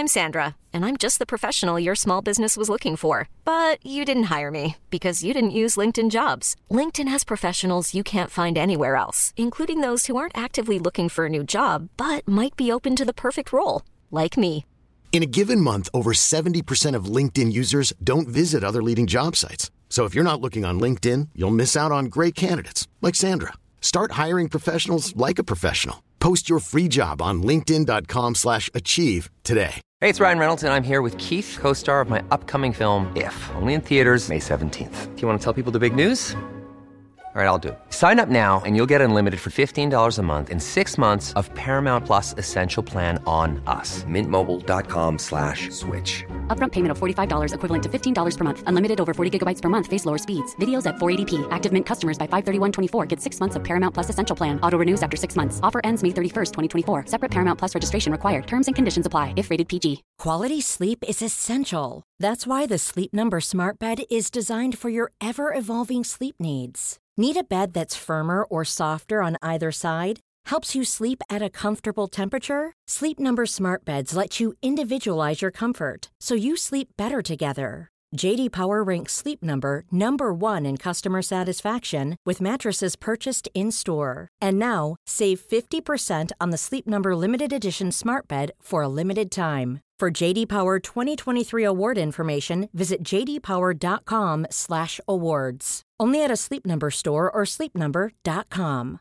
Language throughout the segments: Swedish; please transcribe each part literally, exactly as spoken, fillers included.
I'm Sandra, and I'm just the professional your small business was looking for. But you didn't hire me because you didn't use LinkedIn Jobs. LinkedIn has professionals you can't find anywhere else, including those who aren't actively looking for a new job, but might be open to the perfect role, like me. In a given month, over seventy percent of LinkedIn users don't visit other leading job sites. So if you're not looking on LinkedIn, you'll miss out on great candidates like Sandra. Start hiring professionals like a professional. Post your free job on linkedin dot com slash achieve today. Hey, it's Ryan Reynolds, and I'm here with Keith, co-star of my upcoming film, If, only in theaters May seventeenth. Do you want to tell people the big news? All right, I'll do it. Sign up now and you'll get unlimited for fifteen dollars a month and six months of Paramount Plus Essential Plan on us. Mint Mobile dot com slash switch. Upfront payment of forty-five dollars equivalent to fifteen dollars per month. Unlimited over forty gigabytes per month. Face lower speeds. Videos at four eighty p. Active Mint customers by five thirty-one twenty-four get six months of Paramount Plus Essential Plan. Auto renews after six months. Offer ends May thirty-first, twenty twenty-four. Separate Paramount Plus registration required. Terms and conditions apply if rated P G. Quality sleep is essential. That's why the Sleep Number Smart Bed is designed for your ever-evolving sleep needs. Need a bed that's firmer or softer on either side? Helps you sleep at a comfortable temperature? Sleep Number Smart Beds let you individualize your comfort, so you sleep better together. J D Power ranks Sleep Number number one in customer satisfaction with mattresses purchased in-store. And now, save fifty percent on the Sleep Number Limited Edition Smart Bed for a limited time. For J D Power twenty twenty-three award information, visit j d power dot com slash awards. Only at a Sleep Number store or sleep number dot com.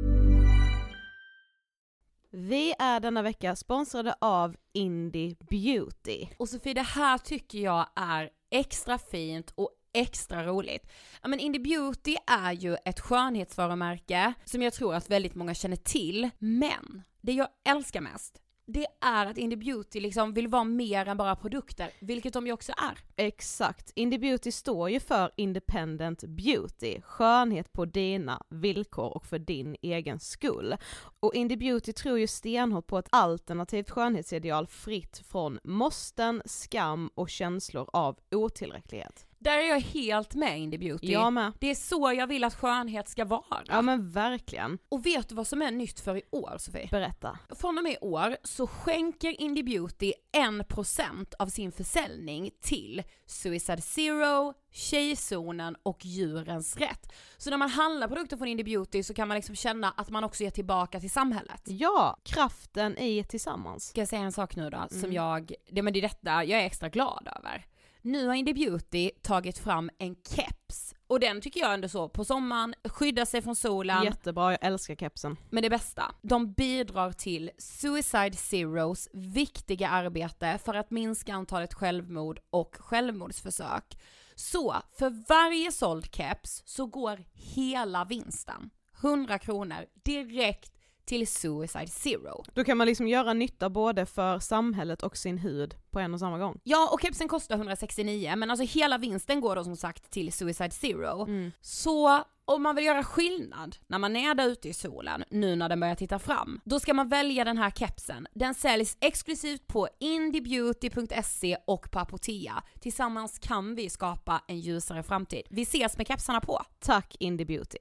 Vi är denna vecka sponsrade av Indie Beauty. Och Sofie, det här tycker jag är extra fint och extra roligt. Ja, men Indie Beauty är ju ett skönhetsvarumärke som jag tror att väldigt många känner till. Men det jag älskar mest, det är att Indie Beauty liksom vill vara mer än bara produkter, vilket de ju också är. Exakt. Indie Beauty står ju för Independent Beauty. Skönhet på dina villkor och för din egen skull. Och Indie Beauty tror ju stenhårt på ett alternativt skönhetsideal fritt från måsten, skam och känslor av otillräcklighet. Där är jag helt med Indie Beauty. Jag med. Det är så jag vill att skönhet ska vara. Ja, men verkligen. Och vet du vad som är nytt för i år, Sofie? Berätta. Från och med i år så skänker Indie Beauty en procent av sin försäljning till Suicide Zero, Tjejzonen och Djurens Rätt. Så när man handlar produkter från Indie Beauty så kan man liksom känna att man också ger tillbaka till samhället. Ja, kraften i tillsammans. Ska jag säga en sak nu då? Mm. Som jag, det, men det är detta jag är extra glad över. Nu har Indie Beauty tagit fram en keps. Och den tycker jag ändå så, på sommaren, skydda sig från solen. Jättebra, jag älskar kepsen. Men det bästa, de bidrar till Suicide Zeros viktiga arbete för att minska antalet självmord och självmordsförsök. Så för varje såld keps så går hela vinsten, hundra kronor, direkt till Suicide Zero. Då kan man liksom göra nytta både för samhället och sin hud på en och samma gång. Ja, och kepsen kostar hundrasextionio, men alltså hela vinsten går då som sagt till Suicide Zero. Mm. Så om man vill göra skillnad när man är där ute i solen, nu när den börjar titta fram, då ska man välja den här kepsen. Den säljs exklusivt på indiebeauty punkt se och på Apotea. Tillsammans kan vi skapa en ljusare framtid. Vi ses med kepsarna på. Tack Indie Beauty.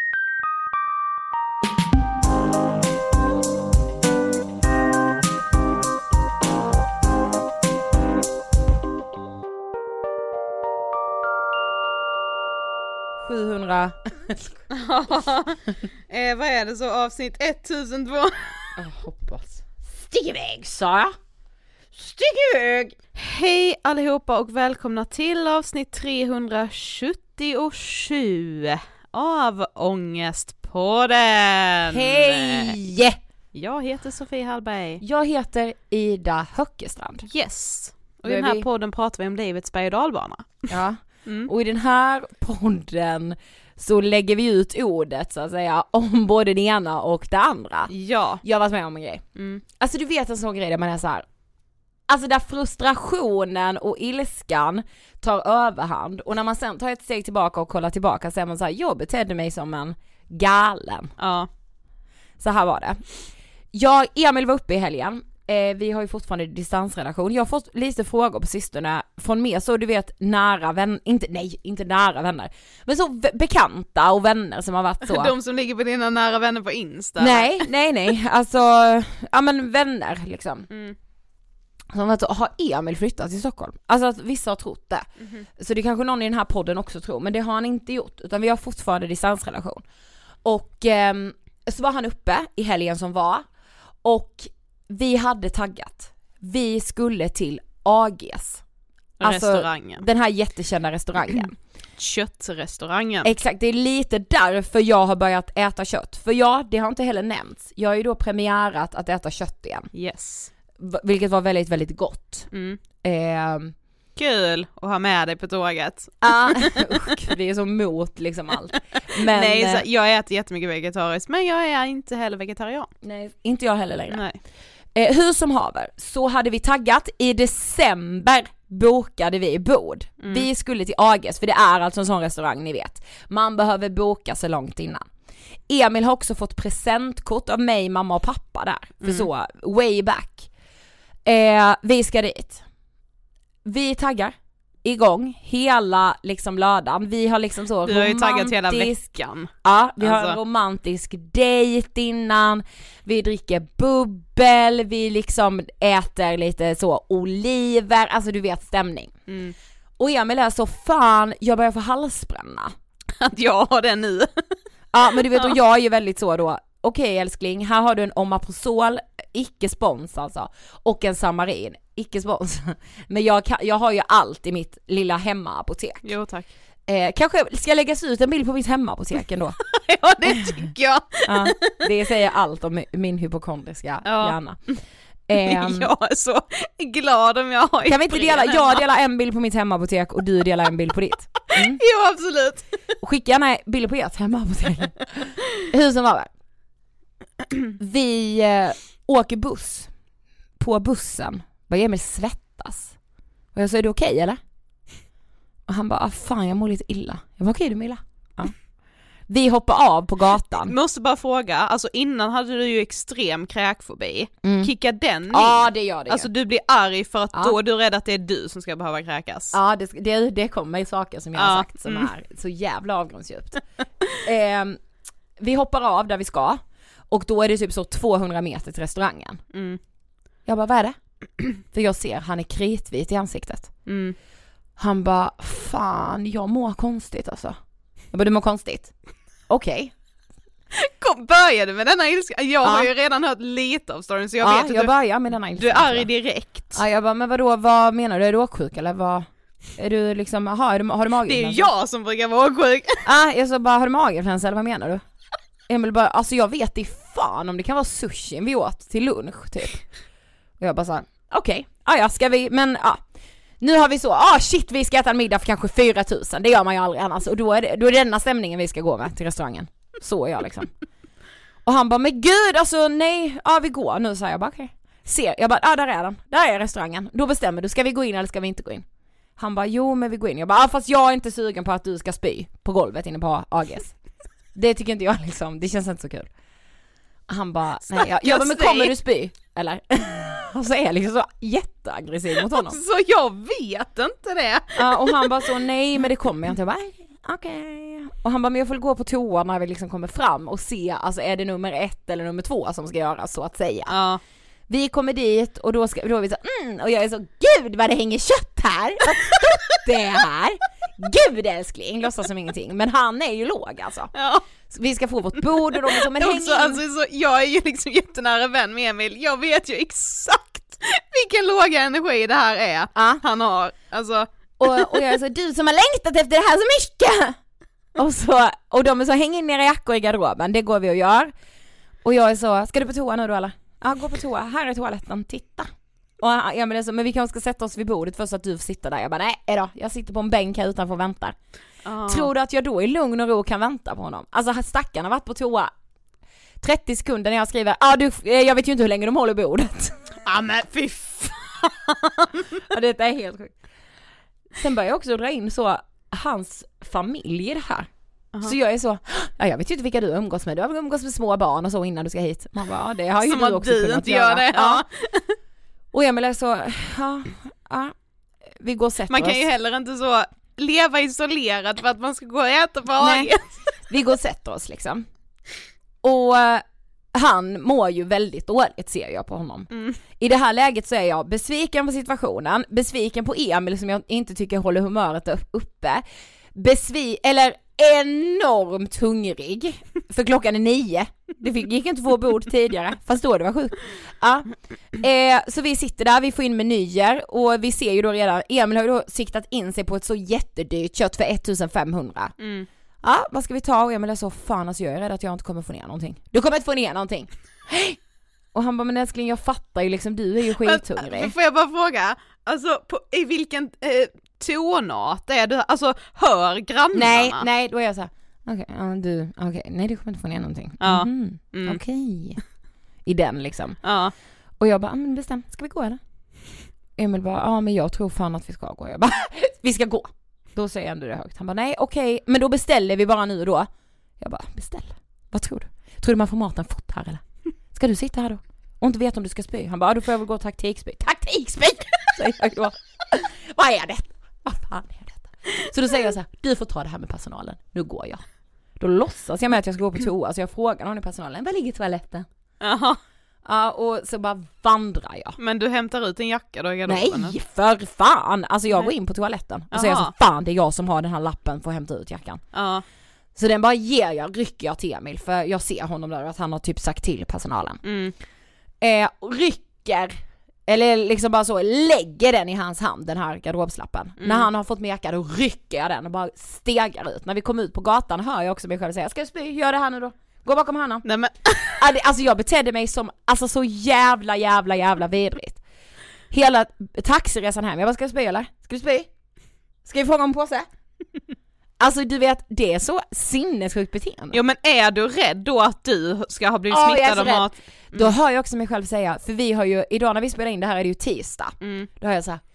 sjuhundra eh, vad är det så? Avsnitt ettusentvå. Jag hoppas. Stick iväg, sa jag. Stick iväg. Hej allihopa och välkomna till avsnitt trehundrasjuttiosju av Ångestpodden. Hej! Jag heter Sofie Hallberg. Jag heter Ida Höckestrand. Yes. Och Då i är den här vi- podden pratar vi om livets berg- och dalbana. Ja. Mm. Och i den här podden så lägger vi ut ordet så att säga om både det ena och det andra. Ja. Jag har varit med om en grej. Mm. Alltså du vet en sån grej där man är så här. Alltså där frustrationen och ilskan tar överhand. Och när man sen tar ett steg tillbaka och kollar tillbaka så är man så här, jag betedde mig som en galen. Ja. Så här var det. Jag, Emil var uppe i helgen. Eh, vi har ju fortfarande distansrelation. Jag har fått lite frågor på sistone från mer så du vet nära vänner, inte, nej, inte nära vänner. Men så v- bekanta och vänner som har varit så. De som ligger på dina nära vänner på Insta. Nej, nej, nej. Alltså, ja men vänner liksom. Mm. som att har Emil flyttat till Stockholm? Alltså att vissa har trott det. Mm-hmm. Så det kanske någon i den här podden också tror, men det har han inte gjort, utan vi har fortfarande distansrelation. Och eh, så var han uppe i helgen som var, och vi hade taggat. Vi skulle till A G:s. Alltså restaurangen. Den här jättekända restaurangen. Köttrestaurangen. Exakt, det är lite därför jag har börjat äta kött. För ja, det har inte heller nämnts. Jag har ju då premiärat att äta kött igen. Yes. V- vilket var väldigt, väldigt gott. Mm. Eh, Kul att ha med dig på tåget. ah, usch, det är så mot liksom allt. Men, nej, så jag äter jättemycket vegetariskt, men jag är inte heller vegetarian. Nej, inte jag heller längre. Nej. Eh, hur som haver, så hade vi taggat. I december bokade vi bord. Mm. Vi skulle till A G:s, för det är alltså en sån restaurang, ni vet. Man behöver boka så långt innan. Emil har också fått presentkort av mig, mamma och pappa där. För mm. så, way back. Eh, vi ska dit. Vi taggar igång hela liksom lördagen. Vi har liksom så vi har ju taggat hela veckan. Ja, vi alltså. har en romantisk dejt innan. Vi dricker bubbel. Vi liksom äter lite så oliver. Alltså du vet, stämning. Mm. Och Emil är så, fan, jag börjar få halsbränna. Att jag har det nu. Ja, men du vet, och jag är ju väldigt så då. Okej, okay, älskling, här har du en Omeprazol, icke spons alltså, och en Samarin, icke spons. Men jag, kan, jag har ju allt i mitt lilla hemmaapotek. Jo, tack. Eh, kanske ska läggas ut en bild på mitt hemmaapotek ändå. Ja, det tycker jag. Ja, det säger allt om min hypokondriska ja. hjärna. Um, jag är så glad om jag har. Kan vi inte dela, jag delar en bild på mitt hemmaapotek och du delar en bild på ditt? Mm. Jo, absolut. Och skicka gärna bilder på ert hemmaapotek. Hur som var det? Vi eh, åker buss. På bussen börjar Emil svettas. Och jag sa, är du okej okay, eller? Och han bara, ah, fan jag mår lite illa. Jag bara, okej okay, du mår illa. Ja. Vi hoppar av på gatan. Måste bara fråga, alltså innan hade du ju extrem kräkfobi. Mm. Kicka den in? Ja, det gör det. Alltså du blir arg för att ja. då är du rädd att det är du som ska behöva kräkas. Ja, det, det, det kommer i saker som jag ja. har sagt som mm. är så jävla avgrundsdjupt. eh, vi hoppar av där vi ska. Och då är det typ så tvåhundra meter till restaurangen. Mm. Jag bara, vad är det? För jag ser, han är kritvit i ansiktet. Mm. Han bara, fan, jag mår konstigt alltså. Jag bara, du mår konstigt? Okej. Okay. Började med denna ilska. Jag ja. har ju redan hört lite av storyn, så jag ja, vet att jag du, börjar med denna ilska. Du är arg direkt. Ja, jag bara, men vadå, vad menar du? Är du åksjuk eller vad? Är du liksom, aha, är du, har du maginfluensa? Det är jag som brukar vara åksjuk. Ja, jag så bara, har du maginfluensa eller vad menar du? Emil bara, alltså jag vet i fan om det kan vara sushi vi åt till lunch typ. Och jag bara såhär, okej, okay. ah, ja ska vi, men ja. Ah. Nu har vi så, ah shit vi ska äta en middag för kanske fyra tusen, det gör man ju aldrig annars. Och då är det, då är det denna stämningen vi ska gå med till restaurangen. Så är jag liksom. Och han bara, men gud alltså nej, ja ah, vi går nu, så jag bara okej. Okay. Ser, jag bara, ja ah, där är den, där är restaurangen. Då bestämmer du, ska vi gå in eller ska vi inte gå in? Han bara, jo men vi går in. Jag bara, ah, fast jag är inte sugen på att du ska spy på golvet inne på A G:s. Det tycker inte jag liksom, det känns inte så kul. Han bara, nej, jag, jag bara, men kommer du spy? Eller? Och så är jag liksom så jätteaggressiv mot honom. Så jag vet inte det. Ja, och han bara så, nej men det kommer jag inte. Jag bara, okej. Okay. Och han bara, men jag får gå på toa när vi liksom kommer fram och se, alltså är det nummer ett eller nummer två som ska göras så att säga. Ja. Vi kommer dit och då, ska, då är vi så, mm, och jag är så, gud vad det hänger kött här. Vad stort det är här. Gud älskling, låtsas som ingenting. Men han är ju låg alltså. Ja. Så vi ska få vårt bord och de är så, men häng in. Alltså, så, jag är ju liksom jättenära vän med Emil. Jag vet ju exakt vilken låga energi det här är ja. han har. Alltså. Och, och jag är så, du som har längtat efter det här så mycket. Och, så, och de är så, häng in era jackor i garderoben. Det går vi och gör. Och jag är så, ska du på toa nu då eller? Ja, gå på toa. Här är toaletten, titta. Och jag menar så, men vi kanske ska sätta oss vid bordet för så att du får sitta där. Jag bara, nej då, jag sitter på en bänk här utanför och väntar. Oh. Tror du att jag då i lugn och ro kan vänta på honom? Alltså stackarna har varit på toa trettio sekunder när jag skriver, ja ah, du, jag vet ju inte hur länge de håller bordet. Ja men fy fan. Ja, det är helt sjukt. Sen börjar jag också dra in så hans familj i det här. Uh-huh. Så jag är så, ja jag vet ju inte vilka du umgås med. Du har umgås med små barn och så innan du ska hit. Man bara, ja, det har ju som du också du kunnat inte göra. Gör det, ja. Ja. Och Emil är så, ja, ja, vi går och sätter oss. Man kan oss. ju heller inte så leva isolerat för att man ska gå och äta på A G. Vi går och sätter oss liksom. Och han mår ju väldigt dåligt, ser jag på honom. Mm. I det här läget så är jag besviken på situationen, besviken på Emil som jag inte tycker håller humöret uppe, besvi eller enormt hungrig, för klockan är nio. Det fick, gick inte få bord tidigare, fast då det var sjukt. Ja. Eh, så vi sitter där, vi får in menyer och vi ser ju då redan, Emil har ju då siktat in sig på ett så jättedyrt kött för ettusenfemhundra. Mm. Ja, vad ska vi ta? Och Emil är så, fan alltså jag är rädd att jag inte kommer få ner någonting. Du kommer inte få ner någonting. Och han bara, men älskling jag fattar ju liksom, du är ju skithungrig. Får jag bara fråga, alltså på, i vilken eh, tonart är det, alltså hör grannarna? Nej, nej, då är jag så här, okej, okay, ja, du, okej, okay, nej du kommer inte få ner någonting. Ja. Mm, mm. Okej. Okay. I den liksom. Ja. Och jag bara, men bestäm, ska vi gå eller? Emil bara, ja men jag tror fan att vi ska gå. Jag bara, vi ska gå. Då säger jag ändå det högt. Han bara, nej okej, okay, men då beställer vi bara nu då. Jag bara, beställ. Vad tror du? Tror du man får maten fort här eller? Ska du sitta här då? Och inte vet om du ska spy. Han bara, ja, då får jag väl gå och taktikspy. Taktikspy! Säger jag då. Vad är det? Vad fan är detta? Så då säger jag så här, du får ta det här med personalen. Nu går jag. Då låtsas jag med att jag ska gå på toa. Så jag frågar någon i personalen, var ligger toaletten? Jaha. Ja, och så bara vandrar jag. Men du hämtar ut en jacka då i garderoben? Nej, för fan! Alltså jag Nej. går in på toaletten och säger så, fan det är jag som har den här lappen för att hämta ut jackan. Ja. Så den bara ger jag, rycker jag till Emil, för jag ser honom där att han har typ sagt till personalen. Mm. Eh, rycker, eller liksom bara så, lägger den i hans hand, den här garderobslappen. Mm. När han har fått med jacka, då rycker jag den och bara stegar ut. När vi kommer ut på gatan hör jag också mig själv säga, ska jag spy, gör det här nu då. Gå bakom hörnan. Nej men alltså jag betedde mig som alltså så jävla jävla jävla vidrigt. Hela taxiresan hem. Jag bara, ska du spy eller? Ska du spy? Ska vi fråga om påse? Alltså du vet, det är så sinnessjukt beteende. Jo men är du rädd då att du ska ha blivit oh, smittad av mat? Mm. Då hör jag också mig själv säga, för vi har ju, idag när vi spelar in det här är det ju tisdag. Mm. Då hör jag så här,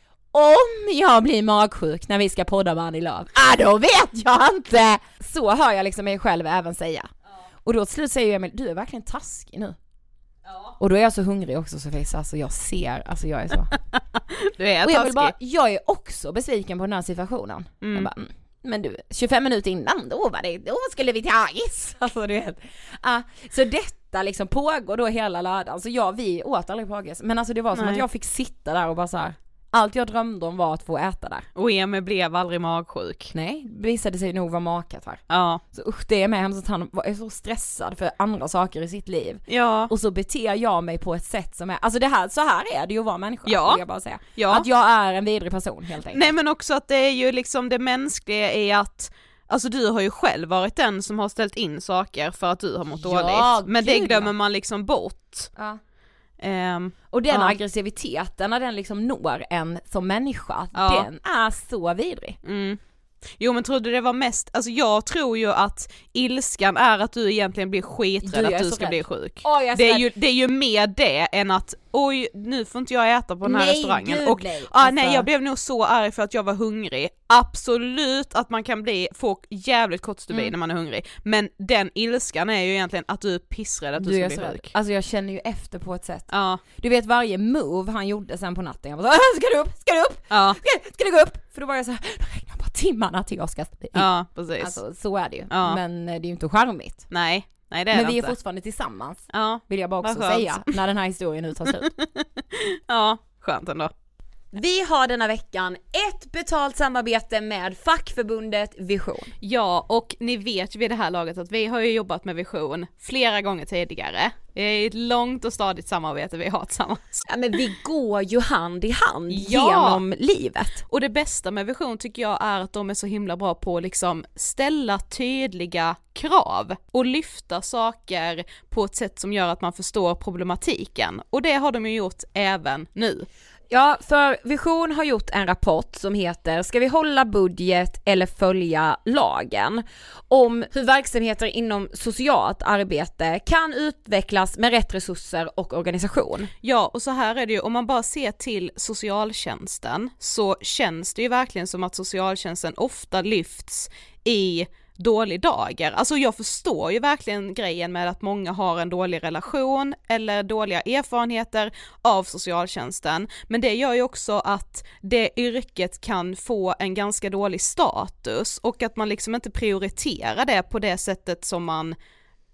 om jag blir magsjuk när vi ska podda med Annie Lööf, ah, då vet jag inte. Så hör jag liksom mig själv även säga. Och då slut säger jag, men du är verkligen taskig nu. Ja. Och då är jag så hungrig också Sofie, så alltså jag ser, alltså jag är så. Du är och jag taskig. Bara, jag är också besviken på den här situationen. Mm. Jag bara, mm, men du, tjugofem minuter innan, då var det, då skulle vi till Agis. Alltså du vet. Ah, så detta liksom pågår då hela lördagen. Så jag, vi åt aldrig på Agis. Men alltså det var som Nej. att jag fick sitta där och bara så här. Allt jag drömde om var att få äta där. Och Emil blev aldrig magsjuk. Nej, det visade sig nog vara makat här. Ja. Så usch, det är med hemskt att han är så stressad för andra saker i sitt liv. Ja. Och så beter jag mig på ett sätt som är, alltså det här, så här är det ju att vara människa, ja. vill jag bara säga. Ja. Att jag är en vidrig person helt enkelt. Nej men också att det är ju liksom det mänskliga i att, alltså du har ju själv varit den som har ställt in saker för att du har mått ja, dåligt. Men gud, det glömmer man liksom bort. Ja. Um, och den ja. aggressiviteten när den liksom når en som människa, ja. den är så vidrig. Mm. Jo men tror du det var mest, alltså jag tror ju att ilskan är att du egentligen blir skiträdd du, att du ska rädd. bli sjuk. Oh, är det, är ju, det är ju mer det än att oj nu får inte jag äta på den här nej, restaurangen. Gud, och nej. ah, Alltså. nej jag blev nog så arg för att jag var hungrig. Absolut att man kan bli, få jävligt kort stubin mm. när man är hungrig. Men den ilskan är ju egentligen att du är pissrädd att du, du ska bli sjuk. Alltså jag känner ju efter på ett sätt. Ja. Du vet varje move han gjorde sen på natten. Jag var så, ska du upp? Ska du upp? Ja. Ska, ska du gå upp? För då var jag så här, bara timmarna till jag ska. Ja, precis. Alltså så är det ju. Ja. Men det är ju inte charmigt. Nej. Nej, det är men det vi inte. är fortfarande tillsammans. Ja. Vill jag bara också säga när den här historien nu tar slut. Ja, skönt ändå. Vi har denna veckan ett betalt samarbete med fackförbundet Vision. Ja, och ni vet ju vid det här laget att vi har ju jobbat med Vision flera gånger tidigare. Det är ett långt och stadigt samarbete vi har tillsammans. Ja, men vi går ju hand i hand ja. genom livet. Och det bästa med Vision tycker jag är att de är så himla bra på att liksom ställa tydliga krav och lyfta saker på ett sätt som gör att man förstår problematiken. Och det har de ju gjort även nu. Ja, för Vision har gjort en rapport som heter Ska vi hålla budget eller följa lagen? Om hur verksamheter inom socialt arbete kan utvecklas med rätt resurser och organisation. Ja, och så här är det ju, om man bara ser till socialtjänsten så känns det ju verkligen som att socialtjänsten ofta lyfts i dålig dagar. Alltså jag förstår ju verkligen grejen med att många har en dålig relation eller dåliga erfarenheter av socialtjänsten, men det gör ju också att det yrket kan få en ganska dålig status och att man liksom inte prioriterar det på det sättet som man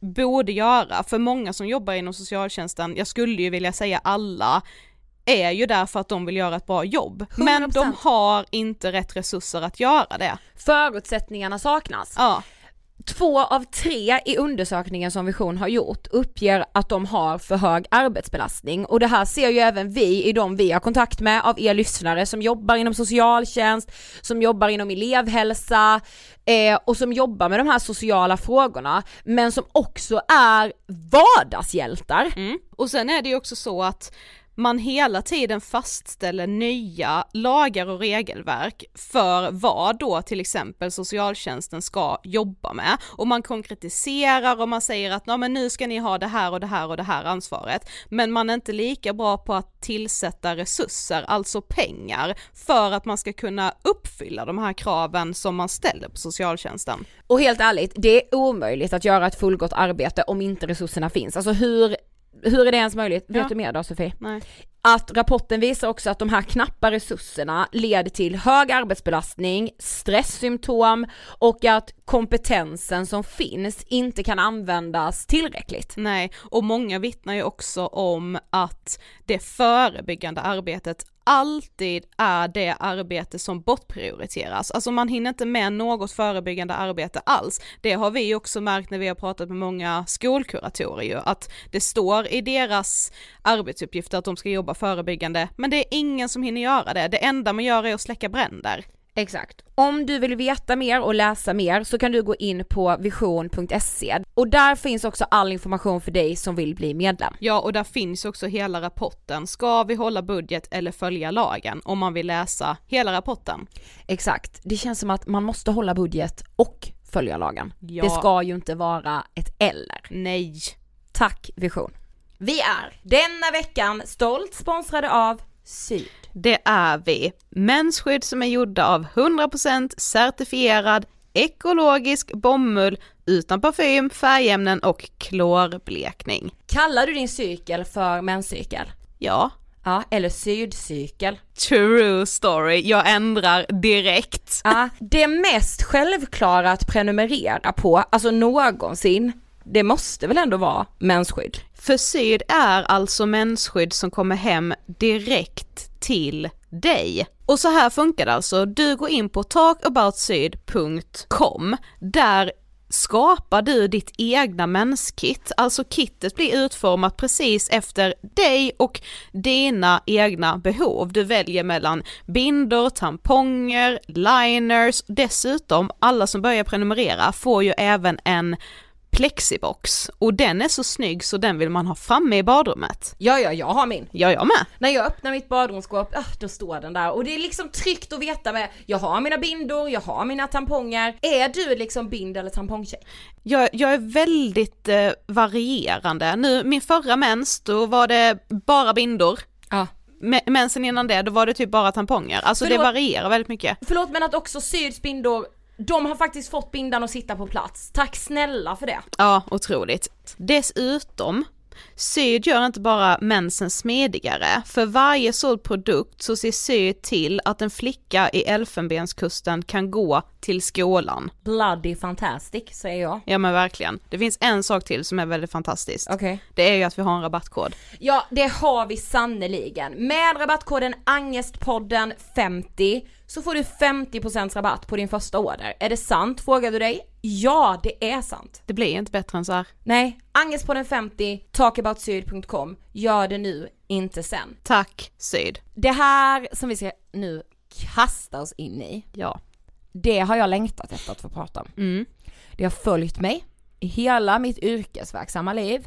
borde göra, för många som jobbar inom socialtjänsten, jag skulle ju vilja säga alla, är ju där för att de vill göra ett bra jobb. hundra procent. Men de har inte rätt resurser att göra det. Förutsättningarna saknas. Ja. Två av tre i undersökningen som Vision har gjort uppger att de har för hög arbetsbelastning, och det här ser ju även vi i de vi har kontakt med av er lyssnare som jobbar inom socialtjänst, som jobbar inom elevhälsa eh, och som jobbar med de här sociala frågorna, men som också är vardagshjältar. Mm. Och sen är det ju också så att man hela tiden fastställer nya lagar och regelverk för vad då till exempel socialtjänsten ska jobba med, och man konkretiserar och man säger att ja, men nu ska ni ha det här och det här och det här ansvaret, men man är inte lika bra på att tillsätta resurser, alltså pengar, för att man ska kunna uppfylla de här kraven som man ställer på socialtjänsten. Och helt ärligt, det är omöjligt att göra ett fullgott arbete om inte resurserna finns. Alltså hur Hur är det ens möjligt? Vet ja. du mer då, Sofie? Nej. Att rapporten visar också att de här knappa resurserna leder till hög arbetsbelastning, stresssymptom och att kompetensen som finns inte kan användas tillräckligt. Nej, och många vittnar ju också om att det förebyggande arbetet alltid är det arbete som bortprioriteras. Alltså man hinner inte med något förebyggande arbete alls. Det har vi också märkt när vi har pratat med många skolkuratorer ju, att det står i deras arbetsuppgifter att de ska jobba förebyggande, men det är ingen som hinner göra det. Det enda man gör är att släcka bränder. Exakt. Om du vill veta mer och läsa mer så kan du gå in på vision punkt se, och där finns också all information för dig som vill bli medlem. Ja, och där finns också hela rapporten. Ska vi hålla budget eller följa lagen? Om man vill läsa hela rapporten. Exakt. Det känns som att man måste hålla budget och följa lagen. Ja. Det ska ju inte vara ett eller. Nej. Tack Vision. Vi är denna veckan stolt sponsrade av Syd. Det är vi. Mensskydd som är gjorda av hundra procent certifierad ekologisk bomull utan parfym, färgämnen och klorblekning. Kallar du din cykel för menscykel? Ja. Ja, eller sydcykel. True story, jag ändrar direkt. Ja, det mest självklara att prenumerera på, alltså någonsin, det måste väl ändå vara mensskydd? För Syd är alltså mensskydd som kommer hem direkt till dig. Och så här funkar det alltså. Du går in på talk about syd punkt com. Där skapar du ditt egna menskit. Alltså kittet blir utformat precis efter dig och dina egna behov. Du väljer mellan bindor, tamponger, liners. Dessutom, alla som börjar prenumerera får ju även en plexibox, och den är så snygg så den vill man ha framme i badrummet. Ja, ja, jag har min. Ja, jag med. När jag öppnar mitt badrumsskåp, ah, då står den där, och det är liksom tryggt att veta med, jag har mina bindor, jag har mina tamponger. Är du liksom bind- eller tampongtjej? Jag, jag är väldigt eh, varierande. Nu, min förra mens, då var det bara bindor. Ja. Mensen innan det, då var det typ bara tamponger. Alltså Förlåt, det varierar väldigt mycket. Förlåt, men att också Syds bindor, de har faktiskt fått bindan att sitta på plats. Tack snälla för det. Ja, otroligt. Dessutom, Syd gör inte bara mensen smidigare. För varje såld produkt så ser Syd till att en flicka i Elfenbenskusten kan gå till skolan. Bloody fantastic, säger jag. Ja, men verkligen. Det finns en sak till som är väldigt fantastiskt. Okej. Det är ju att vi har en rabattkod. Ja, det har vi sannoliken. Med rabattkoden Angestpodden femtio så får du femtio procent rabatt på din första order. Är det sant, frågar du dig? Ja, det är sant. Det blir inte bättre än så här. Nej, Angestpodden femtio, talk about syd punkt com. Gör det nu, inte sen. Tack, Syd. Det här som vi ska nu kasta oss in i, Ja. det har jag längtat efter att få prata om. Mm. Det har följt mig i hela mitt yrkesverksamma liv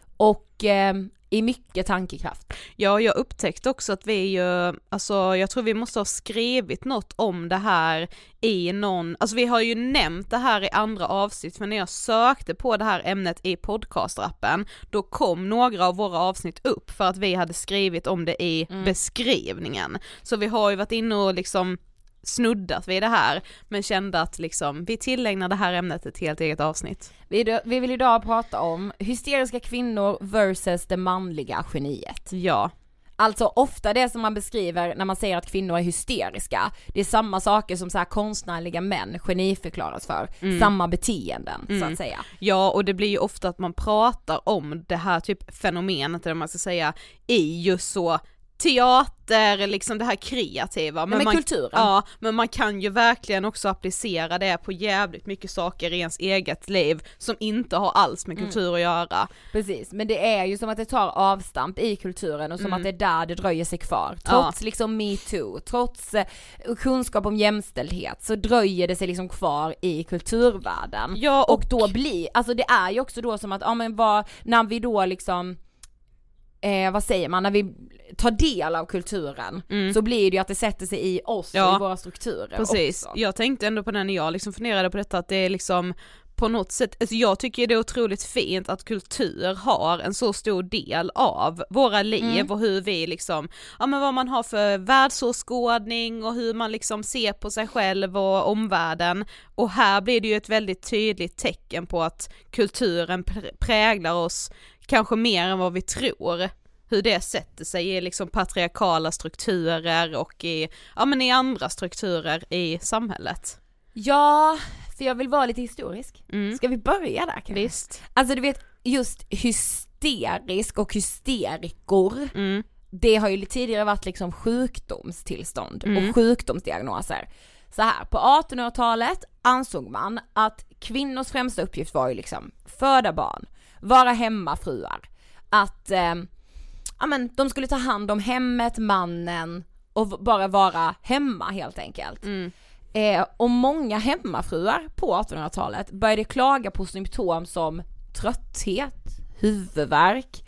och eh, i mycket tankekraft. Ja, jag upptäckte också att vi ju, alltså jag tror vi måste ha skrivit något om det här i någon, alltså vi har ju nämnt det här i andra avsnitt, för när jag sökte på det här ämnet i podcastrappen, då kom några av våra avsnitt upp för att vi hade skrivit om det i mm. beskrivningen. Så vi har ju varit inne och liksom snuddat vid det här, men kände att liksom vi tillägnar det här ämnet ett helt eget avsnitt. Vi, vi vill idag prata om hysteriska kvinnor versus det manliga geniet. Ja. Alltså ofta det som man beskriver när man säger att kvinnor är hysteriska, det är samma saker som så här konstnärliga män geniförklaras för, mm. samma beteenden mm. så att säga. Ja, och det blir ju ofta att man pratar om det här typ fenomenet, eller man ska säga, i just så teater, liksom det här kreativa. Men, men man, kulturen. Ja, men man kan ju verkligen också applicera det på jävligt mycket saker i ens eget liv som inte har alls med kultur mm. att göra. Precis, men det är ju som att det tar avstamp i kulturen och som mm. att det är där det dröjer sig kvar. Trots ja. liksom Me Too, trots eh, kunskap om jämställdhet, så dröjer det sig liksom kvar i kulturvärlden. Ja, och, och då blir, alltså det är ju också då som att, ja men vad, när vi då liksom Eh, vad säger man, när vi tar del av kulturen mm. så blir det ju att det sätter sig i oss ja. och i våra strukturer. Precis, också. Jag tänkte ändå på det när jag liksom funderade på detta, att det är liksom på något sätt, alltså jag tycker det är otroligt fint att kultur har en så stor del av våra liv mm. och hur vi liksom, ja men vad man har för världsåskådning och hur man liksom ser på sig själv och omvärlden, och här blir det ju ett väldigt tydligt tecken på att kulturen präglar oss kanske mer än vad vi tror, hur det sätter sig i liksom patriarkala strukturer och i, ja men i andra strukturer i samhället. Ja, för jag vill vara lite historisk. Mm. Ska vi börja där kanske? Visst. Alltså du vet, just hysterisk och hysterikor, mm. det har ju tidigare varit liksom sjukdomstillstånd mm. och sjukdomsdiagnoser. Så här, på artonhundratalet ansåg man att kvinnors främsta uppgift var ju liksom föda barn, vara hemmafruar, att eh, ja, men, de skulle ta hand om hemmet, mannen och bara vara hemma helt enkelt. Mm. Eh, och många hemmafruar på artonhundratalet började klaga på symptom som trötthet, huvudvärk,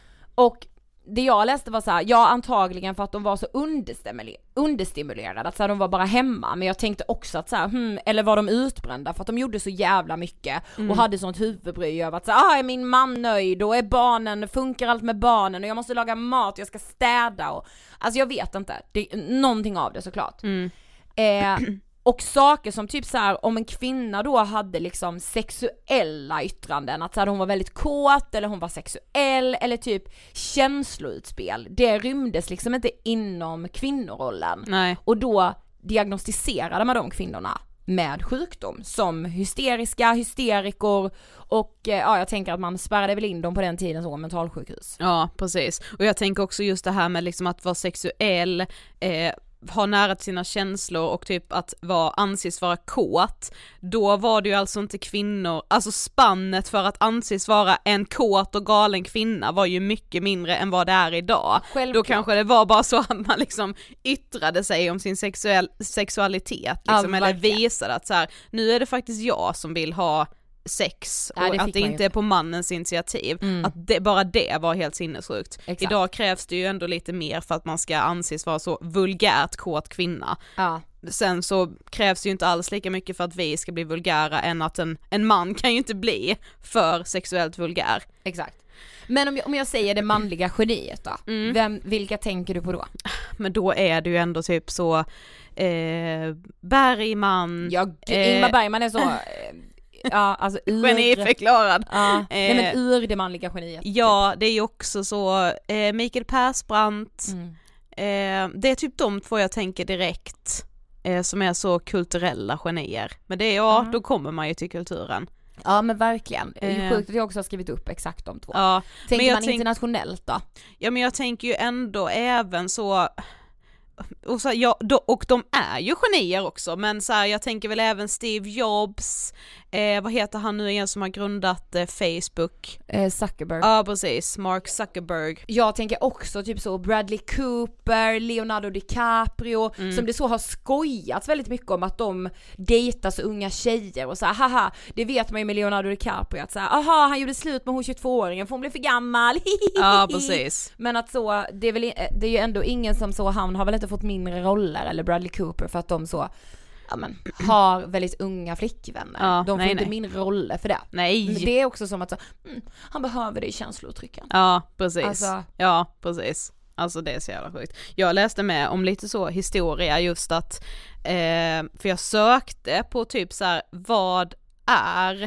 och det jag läste var så här, ja antagligen för att de var så understimuler- understimulerade, att så här, de var bara hemma, men jag tänkte också att så här, hmm, eller var de utbrända för att de gjorde så jävla mycket mm. och hade sånt huvudbry över att så här, ah, är min man nöjd och är barnen, funkar allt med barnen och jag måste laga mat, jag ska städa och, alltså jag vet inte, det är någonting av det såklart. Mm. Eh, och saker som typ så här, om en kvinna då hade liksom sexuella yttranden, att så här, hon var väldigt kåt eller hon var sexuell eller typ känsloutspel, det rymdes liksom inte inom kvinnorollen. Nej. Och då diagnostiserade man de kvinnorna med sjukdom som hysteriska, hysterikor och ja, jag tänker att man spärrade väl in dem på den tiden som mentalsjukhus. Ja, precis. Och jag tänker också just det här med liksom att vara sexuell, eh, ha nära till sina känslor och typ att vara, anses vara kåt, då var det ju alltså inte kvinnor, alltså spannet för att anses vara en kåt och galen kvinna var ju mycket mindre än vad det är idag. Självklart. Då kanske det var bara så att man liksom yttrade sig om sin sexuell, sexualitet liksom, ja, eller visade att så här, nu är det faktiskt jag som vill ha sex och ja, det att det inte är på mannens initiativ, mm. att det, bara det var helt sinnessjukt. Exakt. Idag krävs det ju ändå lite mer för att man ska anses vara så vulgärt kåt kvinna. Ja. Sen så krävs det ju inte alls lika mycket för att vi ska bli vulgära än att en, en man kan ju inte bli för sexuellt vulgär. Exakt. Men om jag, om jag säger det manliga geniet då, mm. Vem, vilka tänker du på då? Men då är det ju ändå typ så eh, Bergman. Ja, eh, Ingmar Bergman är så eh, ja, alltså ur, geniförklarad. Ja, eh, nej, men ur det manliga geniet. Ja, det är ju också så eh, Mikael Persbrandt. Mm. Eh, det är typ de två jag tänker direkt eh, som är så kulturella genier. Men det är ja, mm. då kommer man ju till kulturen. Ja, men verkligen. Det är sjukt att jag också har skrivit upp exakt de två. Ja, tänker men man tänk, internationellt då? Ja, men jag tänker ju ändå även så... Och, så, ja, då, och de är ju genier också, men så här, jag tänker väl även Steve Jobs, eh, vad heter han nu igen som har grundat eh, Facebook? Eh, Zuckerberg. Ja, precis, Mark Zuckerberg. Jag tänker också typ så Bradley Cooper, Leonardo DiCaprio, mm. som det så har skojats väldigt mycket om att de dejtar så unga tjejer och så här, haha, det vet man ju med Leonardo DiCaprio att så här, aha, han gjorde slut med hon tjugotvååringen för hon blev för gammal. Ja, precis. Men att så, det är väl det är ju ändå ingen som så, han har väl inte fått mindre roller eller Bradley Cooper för att de så ja, men, har väldigt unga flickvänner. Ja, de får nej, inte nej. mindre roller för det. Nej. Men det är också som att så, mm, han behöver det i känslouttrycken. Ja, precis. Alltså, ja, precis. Alltså det är så jävla sjukt. Jag läste med om lite så historia just att eh, för jag sökte på typ så här, vad är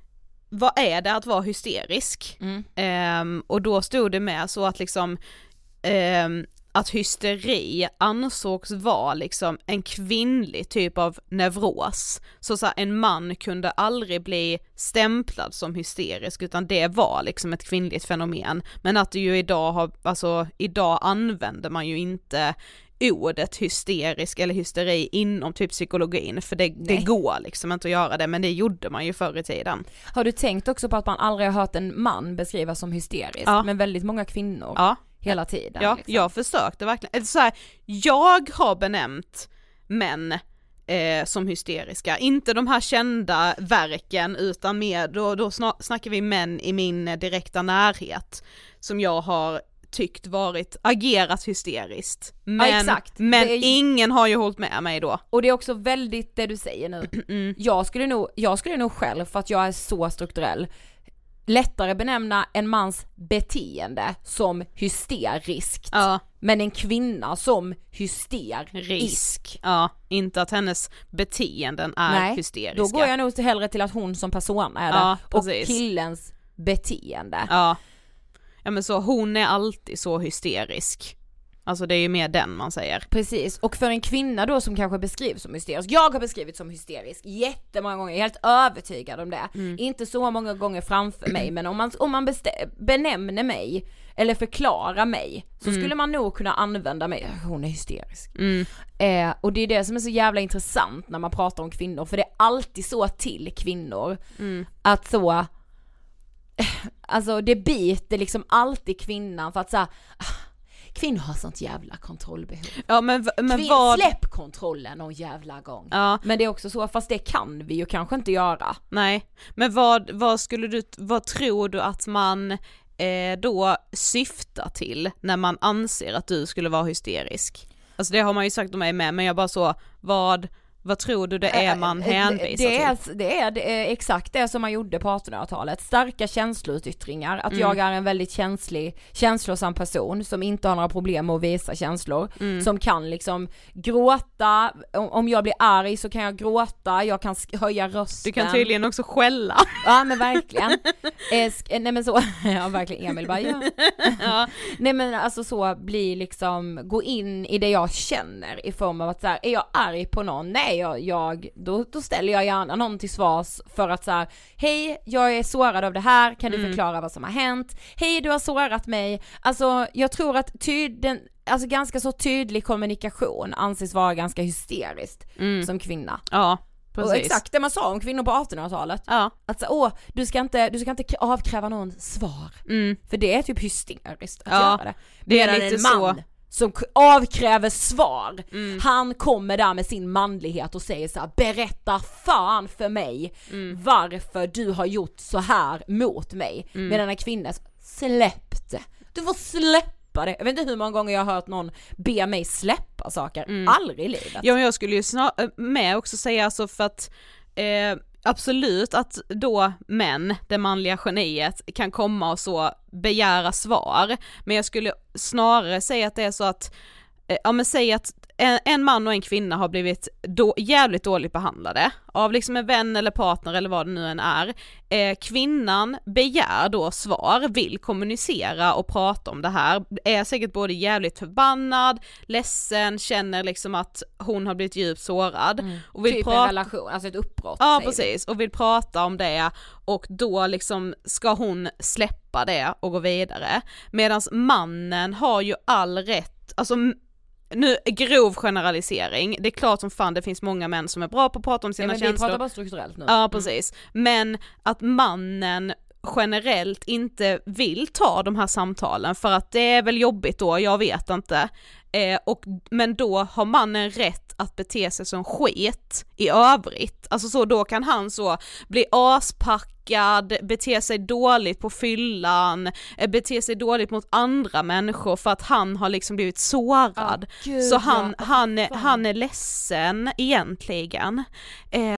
vad är det att vara hysterisk? Mm. Eh, och då stod det med så att liksom eh, att hysteri ansågs vara liksom en kvinnlig typ av neuros. Så, så här, en man kunde aldrig bli stämplad som hysterisk, utan det var liksom ett kvinnligt fenomen. Men att det ju idag har, alltså idag använder man ju inte ordet hysterisk eller hysteri inom typ psykologin, för det, det går liksom inte att göra det, men det gjorde man ju förr i tiden. Har du tänkt också på att man aldrig har hört en man beskrivas som hysterisk, ja. Men väldigt många kvinnor ja. hela tiden? Ja, liksom. Jag försökte verkligen. Så här, jag har benämnt män eh, som hysteriska, inte de här kända verken, utan mer, då, då snackar vi män i min direkta närhet som jag har tyckt varit agerat hysteriskt. Men, ja, exakt. men är... ingen har ju hållit med mig då. Och det är också väldigt det du säger nu. Mm. Jag skulle nog, jag skulle nog själv, för att jag är så strukturell, lättare benämna en mans beteende som hysteriskt. Ja. Men en kvinna som hysterisk. Ja, inte att hennes beteenden är Nej, hysteriska. Då går jag nog hellre till att hon som person är det. Ja, och killens beteende. Ja. Ja, men så hon är alltid så hysterisk. Alltså det är ju mer den man säger. Precis, och för en kvinna då som kanske beskrivs som hysterisk. Jag har beskrivit som hysterisk jättemånga gånger, jag är helt övertygad om det. Mm. Inte så många gånger framför mig, men om man, om man bestä- benämner mig eller förklarar mig, så mm. skulle man nog kunna använda mig. Hon är hysterisk. Mm. Eh, och det är det som är så jävla intressant när man pratar om kvinnor, för det är alltid så till kvinnor mm. att så... Alltså det biter liksom alltid kvinnan, för att säga kvinnor har sånt jävla kontrollbehov. Ja, men, men Kvin- vad... Släpp kontrollen någon jävla gång. Ja. Men det är också så, fast det kan vi ju kanske inte göra. Nej, men vad, vad skulle du, vad tror du att man eh, då syftar till när man anser att du skulle vara hysterisk? Alltså det har man ju sagt om mig med, men jag bara så, vad... Vad tror du det är man hänvisar det, det är, till? Det är, det är exakt det som man gjorde på artonhundratalet. Starka känsloutyttringar. Att mm. jag är en väldigt känslig, känslosam person som inte har några problem med att visa känslor. Mm. Som kan liksom gråta. Om, om jag blir arg så kan jag gråta. Jag kan höja rösten. Du kan tydligen också skälla. Ja, men verkligen. eh, nej men så, ja verkligen, Emil bara ja. ja. Nej men alltså så, bli liksom, gå in i det jag känner i form av att så här, är jag arg på någon? Nej. Jag, jag, då, då ställer jag gärna någon till svars för att så här, hej, jag är sårad av det här, kan du mm. förklara vad som har hänt? Hej, du har sårat mig. Alltså jag tror att tydden, alltså ganska så tydlig kommunikation anses vara ganska hysteriskt mm. som kvinna. Ja, precis. Och exakt det man sa om kvinnor på artonhundratalet. Ja. Att så, åh, du ska inte, du ska inte avkräva någon svar. Mm. För det är typ hysteriskt att ja, göra det. Det är lite en man så. Som avkräver svar. Mm. Han kommer där med sin manlighet och säger så här: berätta fan för mig mm. varför du har gjort så här mot mig. Mm. Medan en kvinna släppte. Du får släppa det. Jag vet inte hur många gånger jag har hört någon be mig släppa saker. Mm. Aldrig i livet. Ja, men jag skulle ju snar- med också säga alltså för att eh, absolut att då män, det manliga geniet, kan komma och så begära svar, men jag skulle snarare säga att det är så att eh, ja men säg att en, en man och en kvinna har blivit då, jävligt dåligt behandlade av liksom en vän eller partner eller vad det nu än är. Eh, kvinnan begär då svar, vill kommunicera och prata om det här, är säkert både jävligt förbannad, ledsen, känner liksom att hon har blivit djupt sårad. Mm. Och vill typ prata... en relation, alltså ett uppbrott. Ja, precis, och vill prata om det, och då liksom ska hon släppa det och gå vidare. Medan mannen har ju all rätt, alltså nu, grov generalisering, det är klart som fan det finns många män som är bra på att prata om sina ja, men känslor. Vi pratar bara strukturellt nu. Ja, precis. Mm. Men att mannen generellt inte vill ta de här samtalen för att det är väl jobbigt då, jag vet inte. Eh, och, men då har mannen rätt att bete sig som skit i övrigt. Alltså så då kan han så bli aspackad, bete sig dåligt på fyllan, eh, bete sig dåligt mot andra människor för att han har liksom blivit sårad. Oh, Gud, så han, ja. han, är, han är ledsen egentligen. Eh.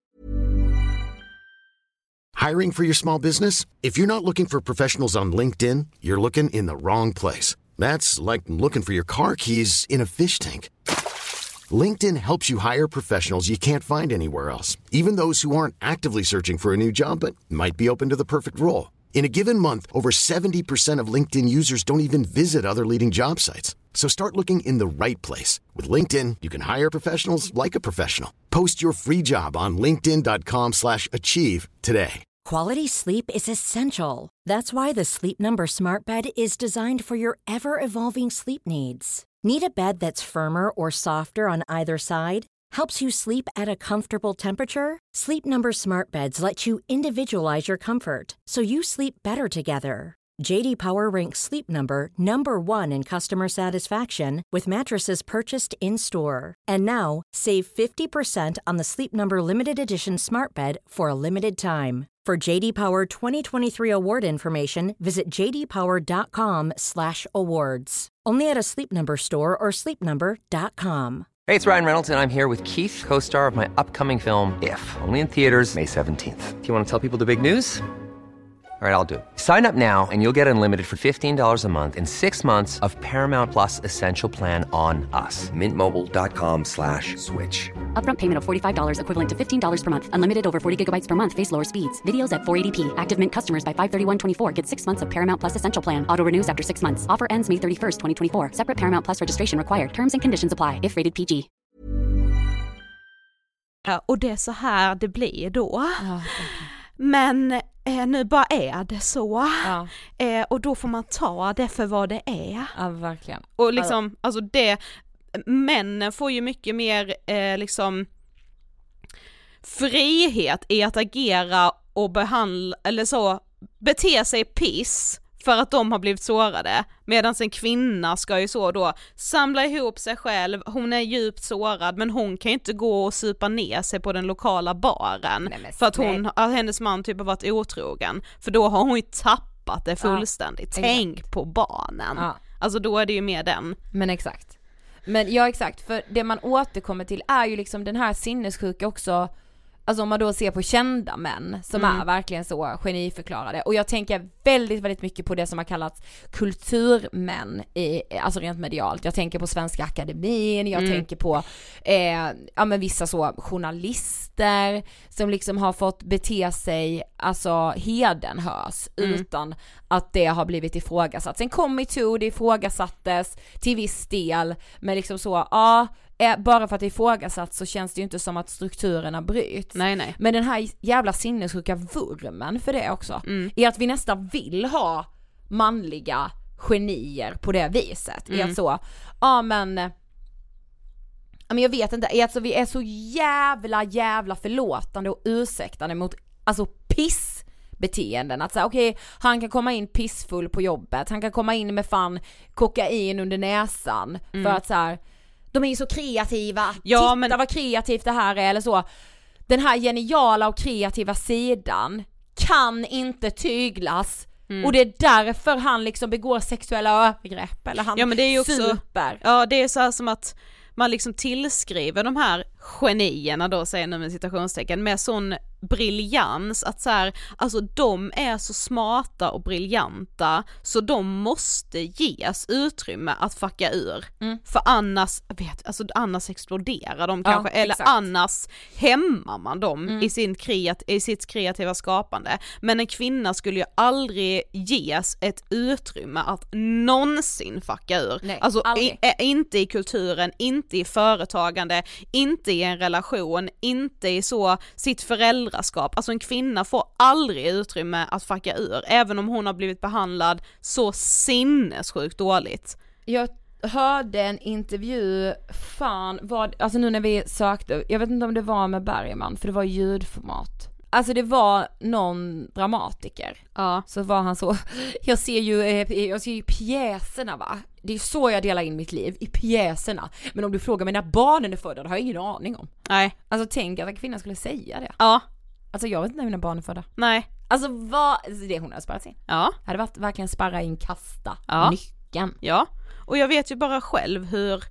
Hiring for your small business? If you're not looking for professionals on LinkedIn, you're looking in the wrong place. That's like looking for your car keys in a fish tank. LinkedIn helps you hire professionals you can't find anywhere else, even those who aren't actively searching for a new job but might be open to the perfect role. In a given month, over seventy percent of LinkedIn users don't even visit other leading job sites. So start looking in the right place. With LinkedIn, you can hire professionals like a professional. Post your free job on linkedin dot com slash achieve today. Quality sleep is essential. That's why the Sleep Number Smart Bed is designed for your ever-evolving sleep needs. Need a bed that's firmer or softer on either side? Helps you sleep at a comfortable temperature? Sleep Number Smart Beds let you individualize your comfort so you sleep better together. J D Power ranks Sleep Number number one in customer satisfaction with mattresses purchased in-store. And now, save fifty percent on the Sleep Number Limited Edition Smart Bed for a limited time. For J D Power twenty twenty-three award information, visit j d power dot com slash awards. Only at a Sleep Number store or sleep number dot com. Hey, it's Ryan Reynolds, and I'm here with Keith, co-star of my upcoming film, If, only in theaters May seventeenth. Do you want to tell people the big news? All right, I'll do it. Sign up now and you'll get unlimited for fifteen dollars a month and six months of Paramount Plus Essential Plan on us. Mint Mobile dot com slash switch. Upfront payment of forty-five dollars equivalent to fifteen dollars per month. Unlimited over forty gigabytes per month. Face lower speeds. Videos at four eighty p. Active Mint customers by five thirty-one twenty-four get six months of Paramount Plus Essential Plan. Auto renews after six months. Offer ends May thirty-first, twenty twenty-four. Separate Paramount Plus registration required. Terms and conditions apply if rated P G. Ja, och det är så här det blir då. Ja, okay. Men eh, nu bara är det så. Ja. Eh, och då får man ta det för vad det är. Ja, verkligen. Och liksom, alltså det, männen får ju mycket mer eh, liksom frihet i att agera och behandla, eller så, bete sig piss för att de har blivit sårade, medan en kvinna ska ju så då samla ihop sig själv. Hon är djupt sårad, men hon kan ju inte gå och supa ner sig på den lokala baren. Nej, för att hon, att hennes man typ har varit otrogen, för då har hon ju tappat det fullständigt. Ja, tänk exakt. På barnen. Ja. Alltså då är det ju mer den. Men exakt. Men ja, exakt, för det man återkommer till är ju liksom den här sinnessjuka också. Alltså om man då ser på kända män som mm. är verkligen så geniförklarade. Och jag tänker väldigt, väldigt mycket på det som har kallats kulturmän i, alltså rent medialt. Jag tänker på Svenska Akademin, jag mm. tänker på eh, ja, men vissa så journalister som liksom har fått bete sig alltså hedenhös mm. utan att det har blivit ifrågasatt. Sen kom MeToo, det ifrågasattes till viss del, men liksom så, ja, bara för att det är ifrågasatt så känns det ju inte som att strukturerna bryts. Nej, nej. Men den här jävla sinnessjuka vurmen för det också mm. är att vi nästan vill ha manliga genier på det viset. Mm. Är att så, ja men men jag vet inte, är att så, vi är så jävla jävla förlåtande och ursäktande mot alltså piss beteenden, att säga okej, okay, han kan komma in pissfull på jobbet, han kan komma in med fan kokain under näsan mm. för att så här, de är ju så kreativa. Ja, titta men... vad kreativt det här är, eller så. Den här geniala och kreativa sidan kan inte tyglas. Mm. Och det är därför han liksom begår sexuella övergrepp. Eller han ja, men det är ju också, super. Ja, det är så här som att man liksom tillskriver de här genierna då, säger nu med citationstecken, med sån briljans att så här, alltså de är så smarta och briljanta så de måste ges utrymme att fucka ur. Mm. För annars, vet, alltså annars exploderar de kanske, ja, eller annars hämmar man dem mm. i, sin kreat- i sitt kreativa skapande. Men en kvinna skulle ju aldrig ges ett utrymme att någonsin fucka ur. Nej, alltså i, ä, inte i kulturen, inte i företagande, inte i en relation, inte i så sitt föräldraskap. Alltså en kvinna får aldrig utrymme att fucka ur, även om hon har blivit behandlad så sinnessjukt dåligt. Jag hörde en intervju, fan, vad, alltså nu när vi sökte, jag vet inte om det var med Bergman, för det var ljudformat. Alltså det var någon dramatiker. Ja. Så var han så, jag ser ju jag ser ju pjäserna, va. Det är så jag delar in mitt liv, i pjäserna. Men om du frågar mig när barnen är födda, det har jag ingen aning om. Nej. Alltså tänk att en kvinna skulle säga det. Ja. Alltså jag vet inte när mina barn är födda. Nej. Alltså vad, det hon har sparat in. Ja. Hade varit verkligen sparra in, kasta ja. nyckeln. Ja. Och jag vet ju bara själv hur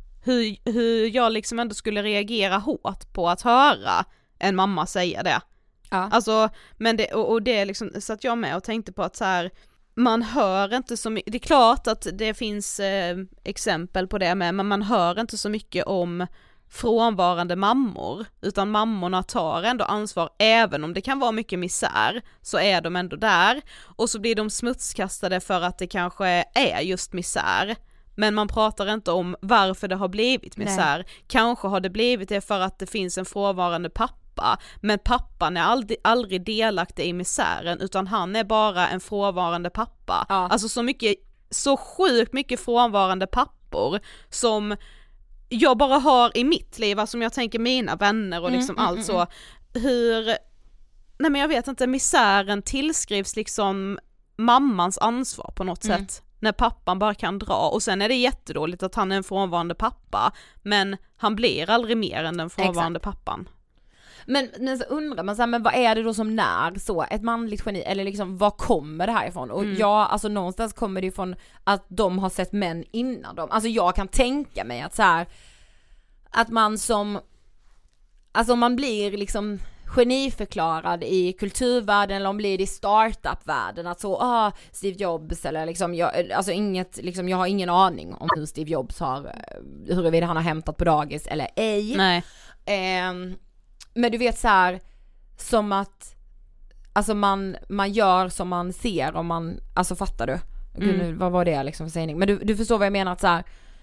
hur, hur jag liksom ändå skulle reagera hårt på att höra en mamma säga det. Ja. Alltså, men det, och, och det liksom satt jag med och tänkte på att så här, man hör inte så mycket, det är klart att det finns eh, exempel på det med, men man hör inte så mycket om frånvarande mammor, utan mammorna tar ändå ansvar, även om det kan vara mycket misär, så är de ändå där, och så blir de smutskastade för att det kanske är just misär. Men man pratar inte om varför det har blivit misär. Nej. Kanske har det blivit det för att det finns en frånvarande pappa, men pappan är aldrig, aldrig delaktig i misären, utan han är bara en frånvarande pappa. Ja. Alltså så mycket, så sjukt mycket frånvarande pappor som jag bara har i mitt liv, alltså som jag tänker mina vänner och liksom mm, allt mm, så. Mm. Hur, nej men jag vet inte, misären tillskrivs liksom mammans ansvar på något mm. sätt. När pappan bara kan dra, och sen är det jättedåligt att han är en frånvarande pappa, men han blir aldrig mer än den frånvarande Exakt. pappan. Men, men så undrar man så här, men vad är det då som när så ett manligt geni, eller liksom vad kommer det här ifrån? Och mm. ja, alltså någonstans kommer det ifrån att de har sett män innan dem. Alltså jag kan tänka mig att så här, att man som, alltså man blir liksom geniförklarad i kulturvärlden, eller om blir det i startup-världen, att så, ah, Steve Jobs, eller liksom, jag, alltså inget, liksom, jag har ingen aning om hur Steve Jobs har, huruvida han har hämtat på dagis eller ej. Nej. Eh, men du vet så här, som att, alltså man, man gör som man ser, om man, alltså fattar du? Gud, mm. nu, vad var det liksom för sägning? Men du, du förstår vad jag menar, att så här,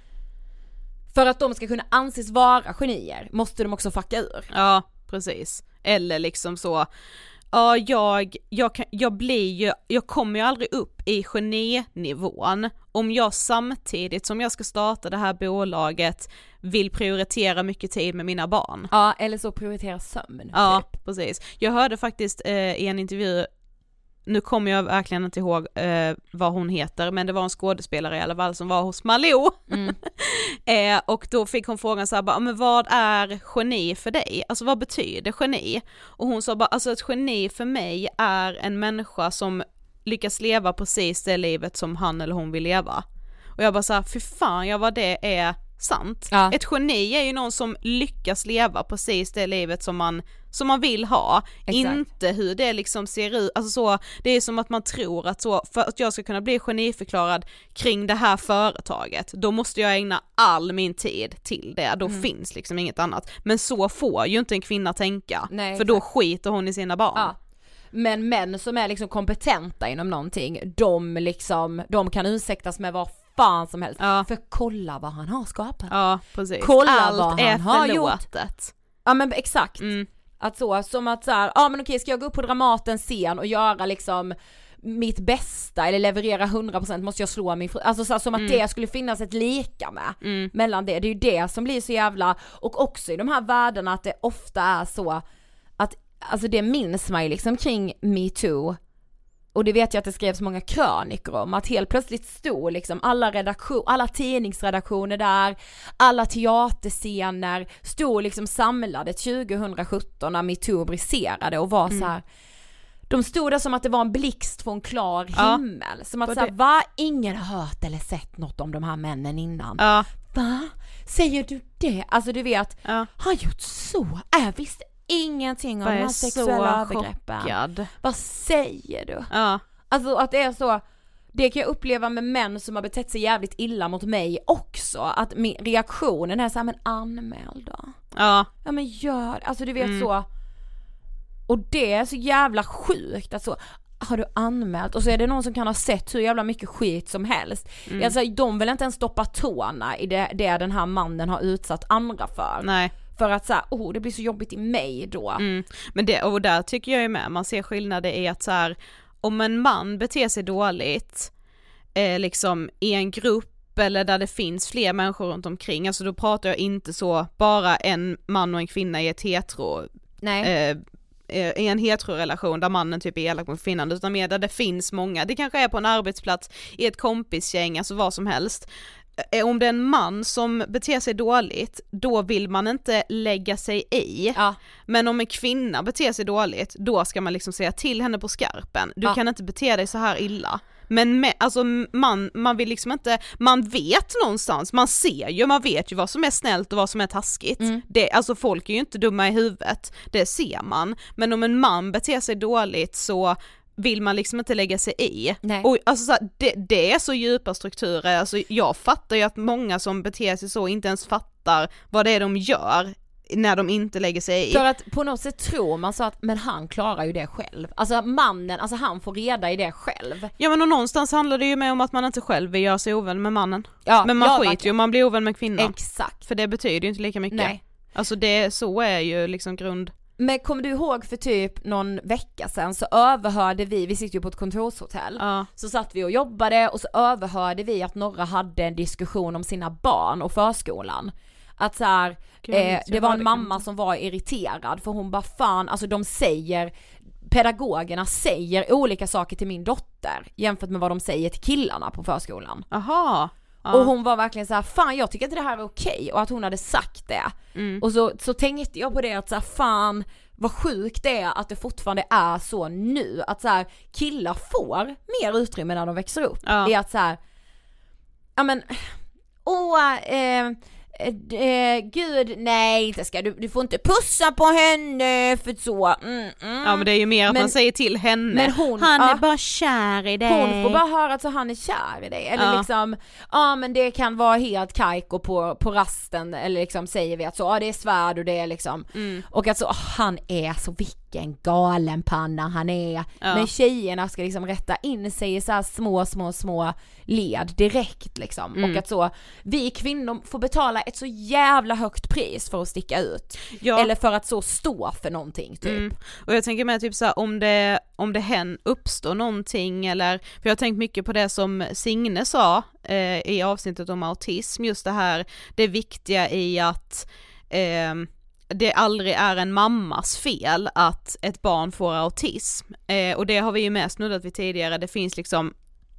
för att de ska kunna anses vara genier måste de också fucka ur. Ja, precis. Eller liksom så, ja, jag, jag, kan, jag blir ju, jag kommer ju aldrig upp i geninivån om jag samtidigt som jag ska starta det här bolaget vill prioritera mycket tid med mina barn. Ja, eller så prioritera sömn. Ja, typ. Precis. Jag hörde faktiskt eh, i en intervju, nu kommer jag verkligen inte ihåg eh, vad hon heter, men det var en skådespelare i alla fall som var hos Malou. Mm. eh, och då fick hon frågan så här, bara, men vad är geni för dig? Alltså vad betyder geni? Och hon sa bara, alltså ett geni för mig är en människa som lyckas leva precis det livet som han eller hon vill leva. Och jag bara så här, fy fan, ja vad det är sant. Ja. Ett geni är ju någon som lyckas leva precis det livet som man som man vill ha. Exakt. Inte hur det liksom ser ut. Alltså så, det är som att man tror att så, för att jag ska kunna bli geniförklarad kring det här företaget, då måste jag ägna all min tid till det. Då mm. finns liksom inget annat. Men så får ju inte en kvinna tänka. Nej, för då skiter hon i sina barn. Ja. Men män som är liksom kompetenta inom någonting, de liksom, de kan ursäktas med vad fan som helst. Ja. För kolla vad han har skapat. Ja, precis. Kolla allt vad han är har förlåtet. Gjort. Ja, men exakt. Mm. Att så, som att så här, ja men okej, ska jag gå upp på Dramatens scen och göra liksom mitt bästa eller leverera hundra procent, måste jag slå min fru. Alltså så här, som att mm. det skulle finnas ett lika med mm. mellan det. Det är ju det som blir så jävla, och också i de här världarna att det ofta är så att, alltså det minns man ju liksom kring Me Too. Och det vet jag att det skrevs många krönikor om, att helt plötsligt stod liksom alla redaktion, alla tidningsredaktioner där, alla teaterscener stod liksom samlade tjugohundrasjutton när MeToo briserade och var mm. så här. De stod där som att det var en blixt från klar himmel. Ja. Som att så här, va? Ingen har hört eller sett något om de här männen innan. Ja. Va? Säger du det? Alltså du vet, ja. Har gjort så? Är visst ingenting om de här sexuella övergreppen. Chockad. Vad säger du? Ja. Alltså att det är så, det kan jag uppleva med män som har betett sig jävligt illa mot mig också, att min reaktionen är så här, men anmäl då. Ja. Ja men gör, alltså du vet mm. så. Och det är så jävla sjukt att så, har du anmält? Och så är det någon som kan ha sett hur jävla mycket skit som helst. Mm. Alltså de vill inte ens stoppa tårna i det, det den här mannen har utsatt andra för. Nej. För att så här, oh, det blir så jobbigt i mig då. Mm. Men det, och där tycker jag ju med, man ser skillnader i att så här, om en man beter sig dåligt eh, liksom i en grupp eller där det finns fler människor runt omkring, alltså då pratar jag inte så bara en man och en kvinna i ett hetero Nej. Eh, i en heterorelation där mannen typ är elak mot kvinnan, utan mer där det finns många, det kanske är på en arbetsplats, i ett kompisgäng, alltså vad som helst. Om det är en man som beter sig dåligt, då vill man inte lägga sig i. Ja. Men om en kvinna beter sig dåligt, då ska man liksom säga till henne på skarpen. Du ja. kan inte bete dig så här illa. Men med, alltså man, man vill liksom inte, man vet någonstans, man ser ju, man vet ju vad som är snällt och vad som är taskigt. Mm. Det, alltså folk är ju inte dumma i huvudet, det ser man. Men om en man beter sig dåligt så vill man liksom inte lägga sig i. Nej. Och alltså så här, det, det är så djupa strukturer, alltså jag fattar ju att många som beter sig så inte ens fattar vad det är de gör när de inte lägger sig i. För att på något sätt tror man så att, men han klarar ju det själv. Alltså mannen, alltså han får reda i det själv. Ja men och någonstans handlar det ju med om att man inte själv vill göra sig ovän med mannen. Ja, men man ja, skiter verkligen. ju om man blir ovän med kvinnan. Exakt. För det betyder ju inte lika mycket. Nej. Alltså det, så är ju liksom grund. Men kommer du ihåg för typ någon vecka sedan så överhörde vi, vi sitter ju på ett kontorshotell, Ja. så satt vi och jobbade och så överhörde vi att några hade en diskussion om sina barn och förskolan. Att så här, Gud, eh, det var en det mamma kan... som var irriterad för hon bara fan, alltså de säger, pedagogerna säger olika saker till min dotter jämfört med vad de säger till killarna på förskolan. Aha. Ja. Och hon var verkligen så här, fan jag tycker inte det här är okej, och att hon hade sagt det. Mm. Och så, så tänkte jag på det att så här, fan vad sjukt det är att det fortfarande är så nu, att så här, killar får mer utrymme när de växer upp. Ja. I att så här, ja men åh, eh, eh, gud nej inte ska du, du får inte pussa på henne för så mm, mm. Ja men det är ju mer att Men- man säger till henne, men hon- han ja. är bara kär i dig. Hon får bara höra att så han är kär i dig. Eller Ja. liksom, ja men det kan vara helt kajko på, på rasten. Eller liksom säger vi att så, ja det är svärd och det är liksom. Mm. Och att så, oh, han är så vilken galen panna han är. Ja. Men tjejerna ska liksom rätta in sig i så här små, små, små led direkt liksom. Mm. Och att så, vi kvinnor får betala ett så jävla högt pris för att sticka ut. Ja. Eller för att så stå för någonting typ. Mm. Och jag tänker med typ så här, om det om det hen uppstår någonting, eller för jag har tänkt mycket på det som Signe sa eh, i avsnittet om autism, just det här, det viktiga i att eh, det aldrig är en mammas fel att ett barn får autism, eh, och det har vi ju med snuddat vid tidigare. Det finns liksom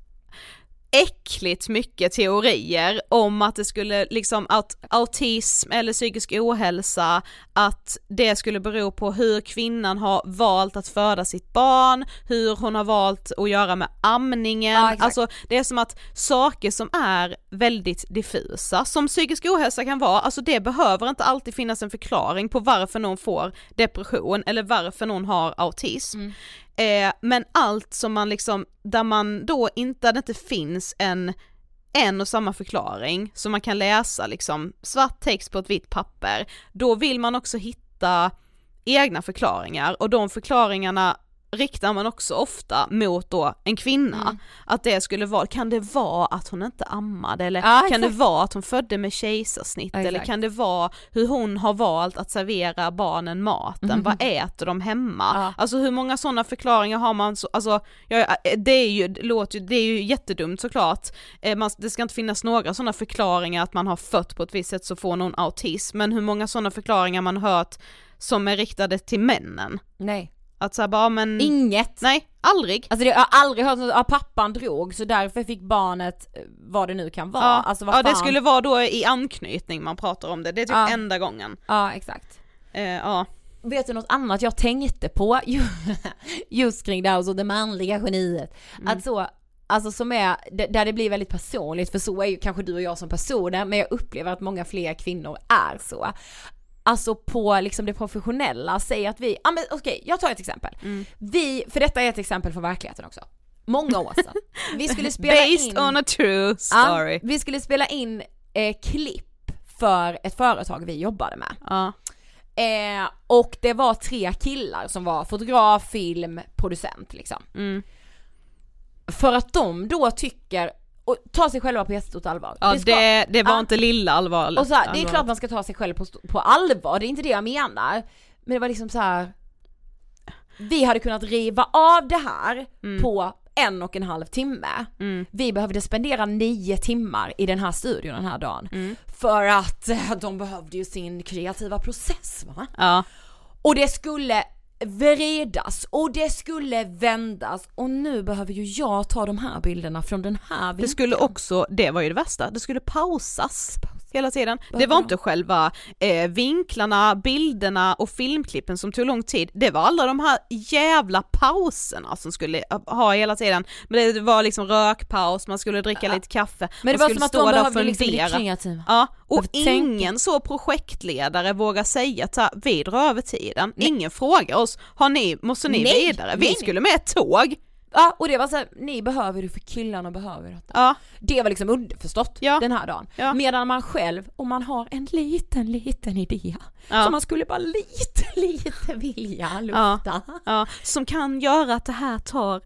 äckligt mycket teorier om att det skulle liksom, att autism eller psykisk ohälsa, att det skulle bero på hur kvinnan har valt att föda sitt barn, hur hon har valt att göra med amningen. Ja, exakt. Alltså det är som att saker som är väldigt diffusa, som psykisk ohälsa kan vara, alltså det behöver inte alltid finnas en förklaring på varför någon får depression eller varför någon har autism. Mm. Eh, men allt som man liksom, där man då inte, där det inte finns en, en och samma förklaring som man kan läsa liksom svart text på ett vitt papper, då vill man också hitta egna förklaringar, och de förklaringarna riktar man också ofta mot då en kvinna. Mm. Att det skulle vara, kan det vara att hon inte ammade, eller Ja, kan exakt. det vara att hon födde med kejsarsnitt, Ja, eller exakt. kan det vara hur hon har valt att servera barnen maten, Mm. vad äter de hemma? Ja. Alltså hur många sådana förklaringar har man, så, alltså ja, det är ju, det låter ju, det är ju jättedumt såklart. Eh, man, det ska inte finnas några sådana förklaringar att man har fött på ett visst sätt så får någon autism, men hur många sådana förklaringar man hört som är riktade till männen? Nej. Att så här bara, men Inget. nej, aldrig. Alltså det, jag har aldrig hört att ja, pappan drog så därför fick barnet eh, vad det nu kan vara. Ja, Alltså, vad ja det fan? skulle vara då i anknytning man pratar om det, det är typ Ja. enda gången. Ja, exakt. Eh, ja. Vet du något annat jag tänkte på just kring det här, och så det manliga geniet. Mm. Att så, alltså som är, d- där det blir väldigt personligt, för så är ju kanske du och jag som personer, men jag upplever att många fler kvinnor är så. Alltså på liksom det professionella, säger att vi, ja men okej, jag tar ett exempel. Mm. Vi, för detta är ett exempel från verkligheten också. Många år sedan. Vi skulle spela Based in, on a true ja, story. vi skulle spela in eh, klipp för ett företag vi jobbade med. Ja. Eh, och det var tre killar som var fotograf, film, producent liksom. Mm. För att de då tycker, och tar sig själva på jättestort allvar. Ja, det, ska- det, det var ja. inte lilla allvarligt. Och så här, det är allvarligt. klart man ska ta sig själv på, st- på allvar, det är inte det jag menar. Men det var liksom så här. Vi hade kunnat riva av det här Mm. på en och en halv timme. Mm. Vi behövde spendera nio timmar i den här studion den här dagen. Mm. För att eh, de behövde ju sin kreativa process, va? Ja. Och det skulle vredas och det skulle vändas, och nu behöver ju jag ta de här bilderna från den här vinkeln. Det skulle också, det var ju det värsta, det skulle pausas hela tiden. Vad Det var bra. inte själva eh, vinklarna, bilderna och filmklippen som tog lång tid. Det var alla de här jävla pauserna som skulle ha hela tiden. Men det var liksom rökpaus, man skulle dricka Ja. lite kaffe. Men det man var skulle som att stå de där och behövde liksom bli fundera. kreativa. Ja, och Behövde ingen tänka. så projektledare vågar säga att så här, vi drar över tiden. Ingen frågar oss, har ni, måste ni Nej, vidare? nej, Vi nej. skulle med ett tåg. Ja, och det var så här, ni behöver det för killarna behöver det. Ja. Det var liksom underförstått ja. den här dagen. Ja. Medan man själv, om man har en liten, liten idé ja. som man skulle bara lite, lite vilja lufta. Ja. Ja. Som kan göra att det här tar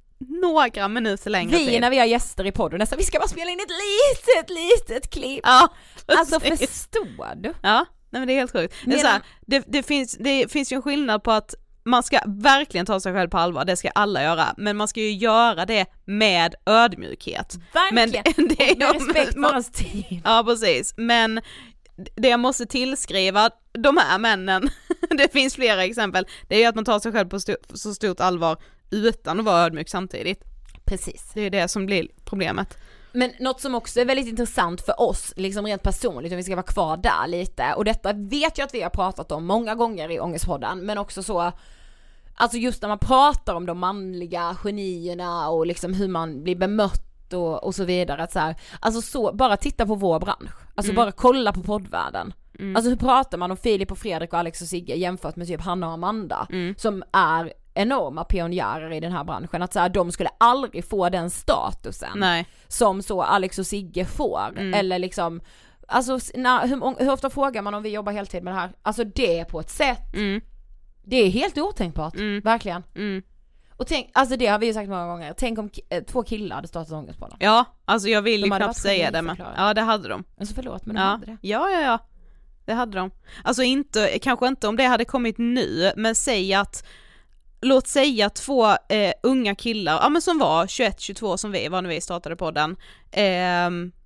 några minuter längre Vi tid. när vi har gäster i podden nästan, vi ska bara spela in ett litet, litet klipp. Ja, alltså förstår du? Ja, nej men det är helt sjukt. Det, är Medan... så här, det, det, finns, det finns ju en skillnad på att man ska verkligen ta sig själv på allvar, det ska alla göra, men man ska ju göra det med ödmjukhet. Verkligen, men det är och med respekt för hans tid. Ja, precis, men det jag måste tillskriva de här männen, det finns flera exempel, det är ju att man tar sig själv på st- så stort allvar utan att vara ödmjuk samtidigt. Precis. Det är det som blir problemet. Men något som också är väldigt intressant för oss, liksom rent personligt, om vi ska vara kvar där lite, och detta vet jag att vi har pratat om många gånger i Ångestpodden, men också så, alltså just när man pratar om de manliga genierna och liksom hur man blir bemött och, och så vidare, att så här, alltså så, bara titta på vår bransch, alltså mm. bara kolla på poddvärlden. Mm. Alltså hur pratar man om Filip och Fredrik och Alex och Sigge jämfört med typ Hanna och Amanda, mm. som är enorma pionjärer i den här branschen, att så här, de skulle aldrig få den statusen. Nej. Som så Alex och Sigge får, mm. eller liksom, alltså när, hur, hur ofta frågar man om vi jobbar heltid med det här? Alltså det är på ett sätt, mm. det är helt otänkbart, mm. verkligen. Mm. Och tänk, alltså det har vi ju sagt många gånger, tänk om k- två killar hade startat Ångestpodden. Ja, alltså jag vill ju knappt säga det, men ja, det hade de. Alltså förlåt, men de ja. hade det. Ja, ja, ja. Det hade de. Alltså inte, kanske inte om det hade kommit nu, men säg att låt säga två eh, unga killar, ja men som var tjugoett tjugotvå som vi var när vi startade podden, eh,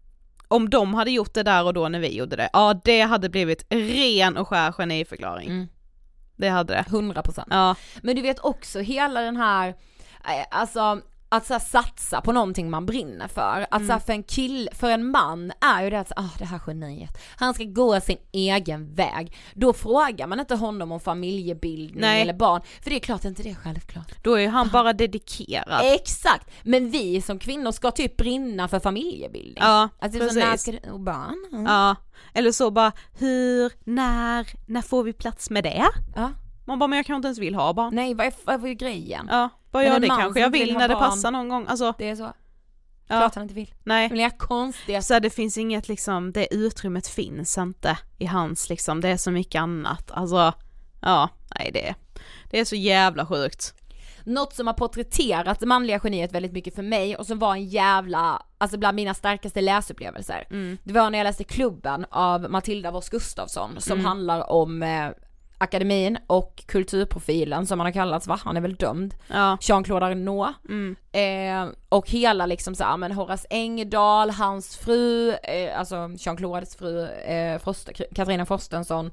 om de hade gjort det där och då när vi gjorde det, ja det hade blivit ren och skär geniförklaring. Mm. Det hade det. hundra procent. Ja. Men du vet också hela den här, alltså att så här, satsa på någonting man brinner för. Att mm. så här, för en kill, för en man är ju det att ah, det här geniet, han ska gå sin egen väg. Då frågar man inte honom om familjebildning Nej. eller barn, för det är klart inte det är självklart. Då är han bara dedikerad. Exakt. Men vi som kvinnor ska typ brinna för familjebildning. Ja, alltså, precis. Så när ska det, och barn. Mm. Ja. Eller så bara hur, när, när får vi plats med det? Ja. Man bara, men jag kanske inte ens vill ha barn. Nej, vad är, vad är grejen? Ja, vad gör det kanske jag vill, vill när det barn. Passar någon gång. Alltså, det är så. Ja. Klart han inte vill. Nej. Men det är konstigt. Så det finns inget liksom, det utrymmet finns inte i hans liksom, det är så mycket annat. Alltså, ja, nej det, det är så jävla sjukt. Något som har porträtterat det manliga geniet väldigt mycket för mig och som var en jävla, alltså bland mina starkaste läsupplevelser. Mm. Det var när jag läste Klubben av Matilda Voss Gustafsson som mm. handlar om eh, akademin och kulturprofilen som han har kallats, va? Han är väl dömd. Ja. Jean-Claude Arnault. Mm. Eh, och hela liksom så här, men Horace Engdahl, hans fru, eh, alltså Jean-Claudes fru, eh, Frost, Katarina Frostenson.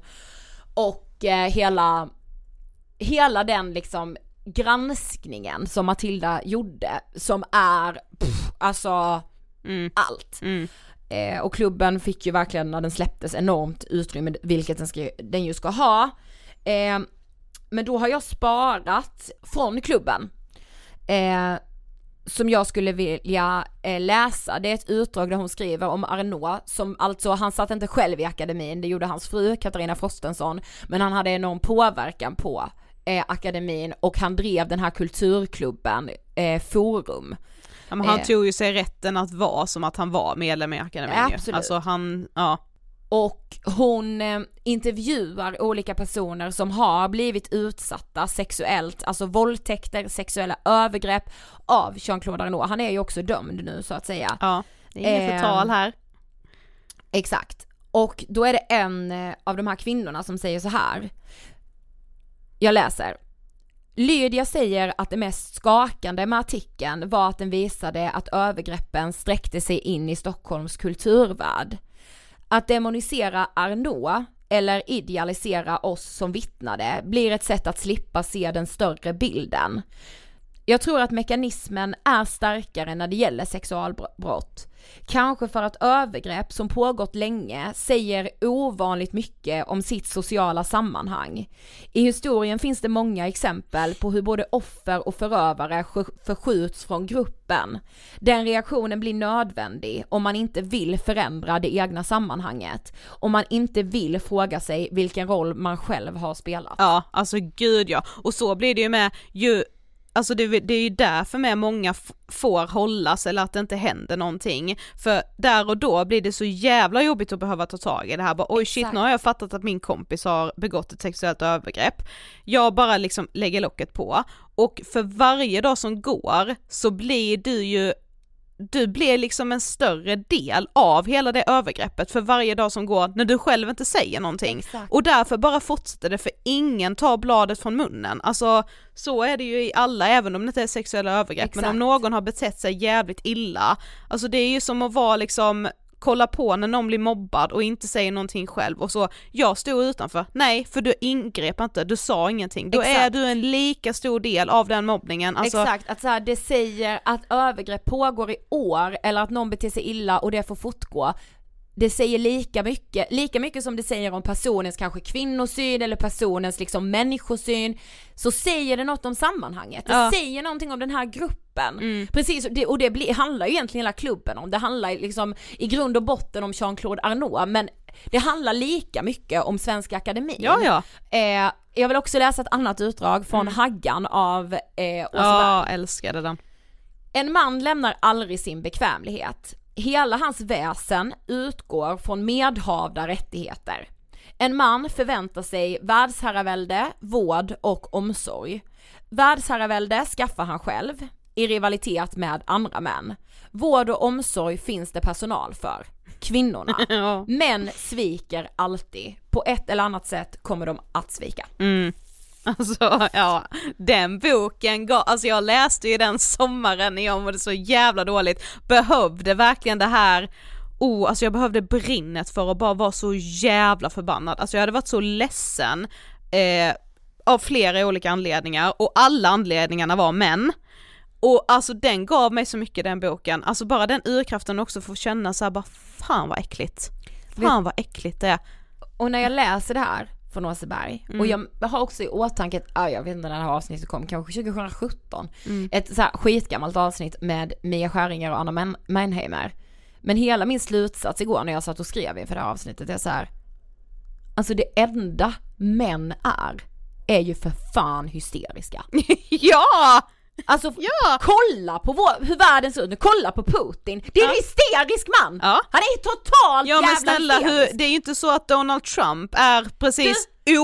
Och eh, hela, hela den liksom granskningen som Matilda gjorde, som är pff, alltså mm. allt. Mm. Eh, och Klubben fick ju verkligen när den släpptes enormt utrymme, vilket den, ska, den ju ska ha. Eh, men då har jag sparat från Klubben eh, som jag skulle vilja eh, läsa. Det är ett utdrag där hon skriver om Arnault, som alltså, han satt inte själv i akademin, det gjorde hans fru Katarina Frostenson, men han hade enorm påverkan på eh, akademin och han drev den här kulturklubben eh, Forum. Ja, men han eh. tog ju sig rätten att vara som att han var medlem i akademin. Absolut. Alltså han, ja. Och hon eh, intervjuar olika personer som har blivit utsatta sexuellt, alltså våldtäkter, sexuella övergrepp av Jean-Claude Arnault. Han är ju också dömd nu så att säga. Ja, det är inget eh, förtal här. Exakt. Och då är det en eh, av de här kvinnorna som säger så här. Jag läser. Lydia säger att det mest skakande med artikeln var att den visade att övergreppen sträckte sig in i Stockholms kulturvärld. Att demonisera Arnault eller idealisera oss som vittnade blir ett sätt att slippa se den större bilden. Jag tror att mekanismen är starkare när det gäller sexualbrott. Kanske för att övergrepp som pågått länge säger ovanligt mycket om sitt sociala sammanhang. I historien finns det många exempel på hur både offer och förövare förskjuts från gruppen. Den reaktionen blir nödvändig om man inte vill förändra det egna sammanhanget. Om man inte vill fråga sig vilken roll man själv har spelat. Ja, alltså gud ja. Och så blir det ju med ju alltså det, det är ju därför med många f- får hållas eller att det inte händer någonting. För där och då blir det så jävla jobbigt att behöva ta tag i det här. Bara, oj shit, nu har jag fattat att min kompis har begått ett sexuellt övergrepp. Jag bara liksom lägger locket på. Och för varje dag som går så blir du ju du blir liksom en större del av hela det övergreppet för varje dag som går när du själv inte säger någonting. Exakt. Och därför bara fortsätter det, för ingen tar bladet från munnen. Alltså så är det ju i alla, även om det inte är sexuella övergrepp. Exakt. Men om någon har betett sig jävligt illa, alltså det är ju som att vara liksom kolla på när någon blir mobbad och inte säger någonting själv och så, jag stod utanför. Nej, för du ingrep inte, du sa ingenting. Då Exakt. är du en lika stor del av den mobbningen. Alltså, Exakt, att så här, det säger att övergrepp pågår i år eller att någon beter sig illa och det får fortgå. Det säger lika mycket, lika mycket som det säger om personens kanske kvinnosyn eller personens liksom människosyn, så säger det något om sammanhanget. Det ja. säger någonting om den här gruppen. Mm. Precis, det, och det blir, handlar ju egentligen hela klubben om. Det handlar liksom i grund och botten om Jean-Claude Arnault, men det handlar lika mycket om Svenska Akademin. Ja, ja. Eh, jag vill också läsa ett annat utdrag från mm. Haggan av eh, Åsa Ja, älskade den. En man lämnar aldrig sin bekvämlighet. Hela hans väsen utgår från medhavda rättigheter. En man förväntar sig världsherravälde, vård och omsorg. Världsherravälde skaffar han själv i rivalitet med andra män. Vård och omsorg finns det personal för. Kvinnorna. Ja. Män sviker alltid. På ett eller annat sätt kommer de att svika. Mm. Alltså, ja, den boken gav, alltså jag läste ju den sommaren när jag mådde så jävla dåligt, behövde verkligen det här, oh, alltså jag behövde brinnet för att bara vara så jävla förbannad, alltså jag hade varit så ledsen eh, av flera olika anledningar och alla anledningarna var män. Och alltså den gav mig så mycket, den boken, alltså bara den urkraften också för att känna så här, bara fan vad äckligt, fan vad äckligt det är. Och när jag läser det här från Åseberg. Mm. Och jag har också i åtanke att, ah, jag vet inte när det här avsnittet kom, kanske tjugo sjutton. Mm. Ett så här skitgammalt avsnitt med Mia Skäringer och Anna Meinheimer. Men hela min slutsats igår när jag satt och skrev inför det här avsnittet är så här: alltså det enda män är, är ju för fan hysteriska. Ja! Alltså ja. kolla på vår, hur världen ser ut, kolla på Putin. Det är en ja. hysterisk man. Ja. Han är totalt ja, jävla men snälla, hur, det är ju inte så att Donald Trump är precis du...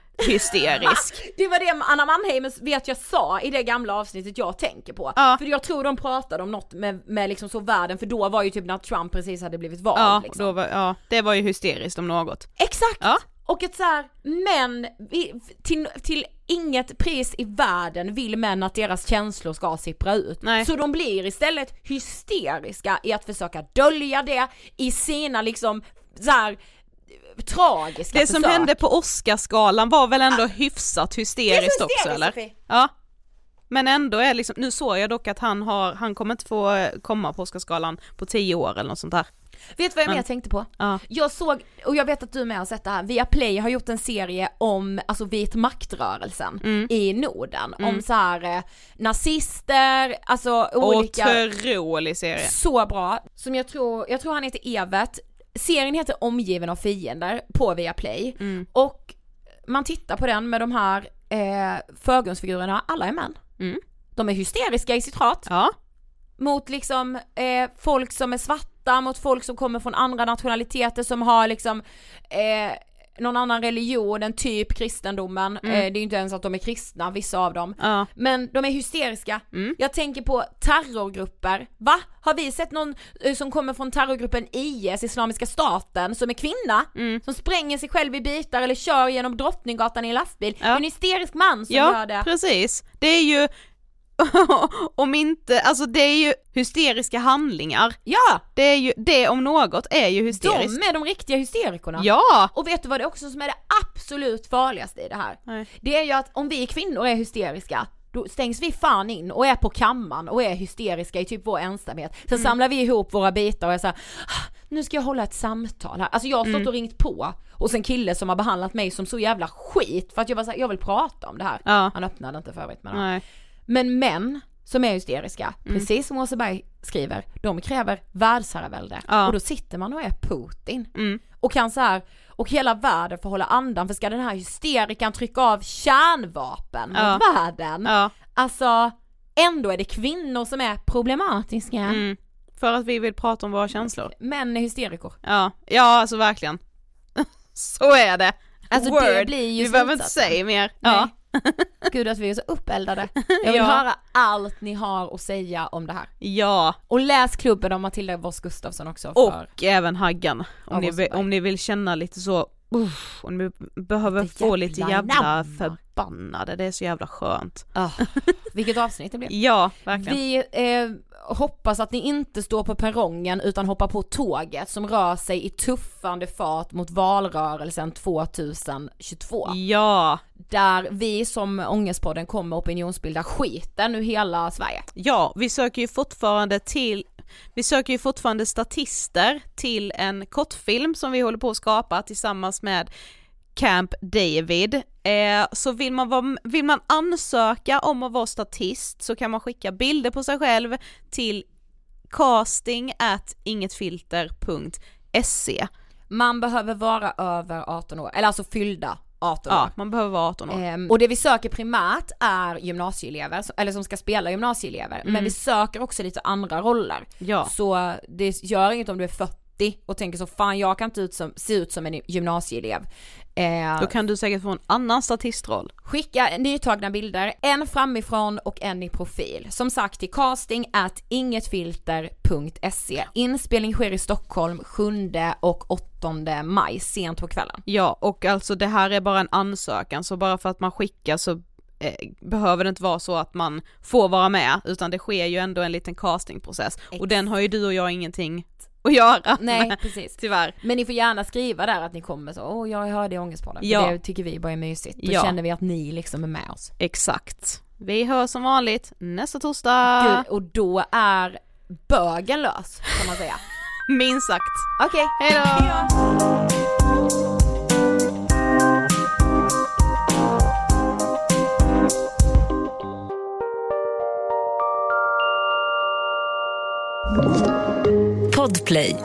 ohysterisk. Det var det Anna Mannheimer vet jag sa i det gamla avsnittet jag tänker på. Ja. För jag tror de pratade om något med, med liksom så världen, för då var ju typ när Trump precis hade blivit vald. Ja, liksom. då var, ja, det var ju hysteriskt om något. Exakt. Ja. Och ett så här, män till, till inget pris i världen vill män att deras känslor ska sippra ut. Nej. Så de blir istället hysteriska i att försöka dölja det i sina liksom så här tragiska Det försök. som hände på Oscarsgalan var väl ändå ah, hyfsat hysteriskt också, eller? Sofie. Ja. Men ändå är liksom, nu såg jag dock att han har, han kommer inte få komma på Oscarsgalan på tio år eller något sånt där. Vet du vad jag Men, mer tänkte på? Ja. Jag såg, och jag vet att du med har sett det här, Viaplay har gjort en serie om alltså vit maktrörelsen mm. i Norden. Mm. Om så här eh, nazister, alltså olika... Otrolig serie. Så bra. Som jag tror, jag tror han heter Evert. Serien heter Omgiven av fiender på Viaplay. Mm. Och man tittar på den med de här eh, förgrundsfigurerna, alla är män. Mm. De är hysteriska i sitt hat. Ja. Mot liksom eh, folk som är svarta, mot folk som kommer från andra nationaliteter, som har liksom eh, någon annan religion än typ kristendomen. Mm. Eh, det är ju inte ens att de är kristna, vissa av dem. Ja. Men de är hysteriska. Mm. Jag tänker på terrorgrupper. Va? Har vi sett någon eh, som kommer från terrorgruppen I S, Islamiska staten, som är kvinna? Mm. Som spränger sig själv i bitar eller kör genom Drottninggatan i en lastbil. Ja. En hysterisk man som ja, gör det. Ja, precis. Det är ju om inte, alltså det är ju hysteriska handlingar. Ja! Det är ju, det om något är ju hysteriskt. De är de riktiga hysterikerna. Ja! Och vet du vad det är också som är det absolut farligaste i det här? Nej. Det är ju att om vi kvinnor är hysteriska, då stängs vi fan in och är på kammaren och är hysteriska i typ vår ensamhet. Sen mm. samlar vi ihop våra bitar och är så här, nu ska jag hålla ett samtal här. Alltså jag har stått mm. och ringt på och en kille som har behandlat mig som så jävla skit för att jag var så här, jag vill prata om det här. Ja. Han öppnade inte förut med det. Nej. Men män som är hysteriska, mm. precis som Åseberg skriver, de kräver världsherravälde. Ja. Och då sitter man och är Putin. Mm. Och kan så här, och hela världen får hålla andan, för ska den här hysterikan trycka av kärnvapen ja. mot världen? Ja. Alltså, ändå är det kvinnor som är problematiska. Mm. För att vi vill prata om våra känslor. Män är hysterikor. Ja, ja alltså verkligen. Så är det. Alltså Word. det blir ju vi behöver inte säga mer. Nej. Ja. Gud att vi är så uppeldade. Jag vill Ja. höra allt ni har att säga om det här. Ja. Och läs klubben om Matilda Voss Gustafsson också. Och för... även Haggan. Om, Ja, ni vill, om ni vill känna lite så, uff, om ni behöver Lite få lite jävla jävla namn. förbannade. Det är så jävla skönt. Oh, vilket avsnitt det blev. Ja, verkligen. Vi eh, hoppas att ni inte står på perrongen utan hoppar på tåget som rör sig i tuffande fart mot valrörelsen tjugohundratjugotvå. Ja. Där vi som Ångestpodden kommer opinionsbilda skiten nu hela Sverige. Ja, vi söker ju fortfarande till Vi söker ju fortfarande statister till en kortfilm som vi håller på att skapa tillsammans med Camp David. Eh, så vill man, vara, vill man ansöka om att vara statist så kan man skicka bilder på sig själv till casting at ingetfilter punkt se. Man behöver vara över arton år, eller alltså fyllda arton år. Ja, man behöver vara arton år. Ehm, och det vi söker primärt är gymnasieelever, eller som ska spela gymnasieelever. Mm. Men vi söker också lite andra roller. Ja. Så det gör inget om du är fyrtio och tänker så, fan jag kan inte ut som, se ut som en gymnasieelev. Eh, Då kan du säkert få en annan statistroll. Skicka nytagna bilder, en framifrån och en i profil. Som sagt till casting at ingetfilter punkt se. Inspelning sker i Stockholm sjunde och åttonde maj, sent på kvällen. Ja, och alltså det här är bara en ansökan, så bara för att man skickar så eh, behöver det inte vara så att man får vara med, utan det sker ju ändå en liten castingprocess. Ex- och den har ju du och jag ingenting att göra. Nej, med, precis. Tyvärr. Men ni får gärna skriva där att ni kommer så, åh jag hörde i Ångestpodden. Ja. För det tycker vi bara är mysigt. Då Ja. känner vi att ni liksom är med oss. Exakt. Vi hörs som vanligt nästa torsdag. Gud, och då är bögen lös, kan man säga. Minst sagt. Okej, Hej då! Podplay.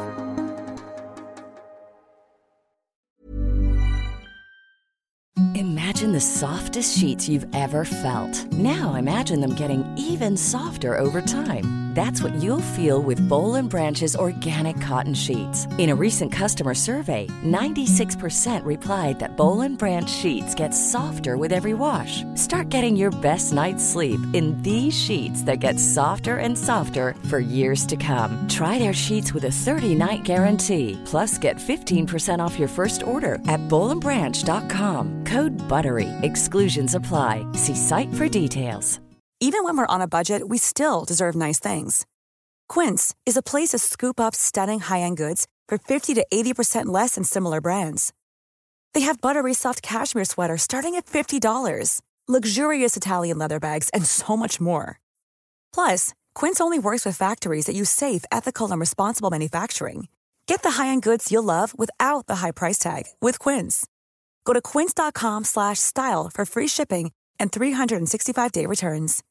Imagine the softest sheets you've ever felt. Now imagine them getting even softer over time. That's what you'll feel with Boll and Branch's organic cotton sheets. In a recent customer survey, ninety-six percent replied that Boll and Branch sheets get softer with every wash. Start getting your best night's sleep in these sheets that get softer and softer for years to come. Try their sheets with a thirty-night guarantee. Plus, get fifteen percent off your first order at boll and branch dot com. Code BUTTERY. Exclusions apply. See site for details. Even when we're on a budget, we still deserve nice things. Quince is a place to scoop up stunning high-end goods for fifty to eighty percent less than similar brands. They have buttery soft cashmere sweaters starting at fifty dollars, luxurious Italian leather bags, and so much more. Plus, Quince only works with factories that use safe, ethical, and responsible manufacturing. Get the high-end goods you'll love without the high price tag with Quince. Go to quince dot com slash style for free shipping and three sixty-five day returns.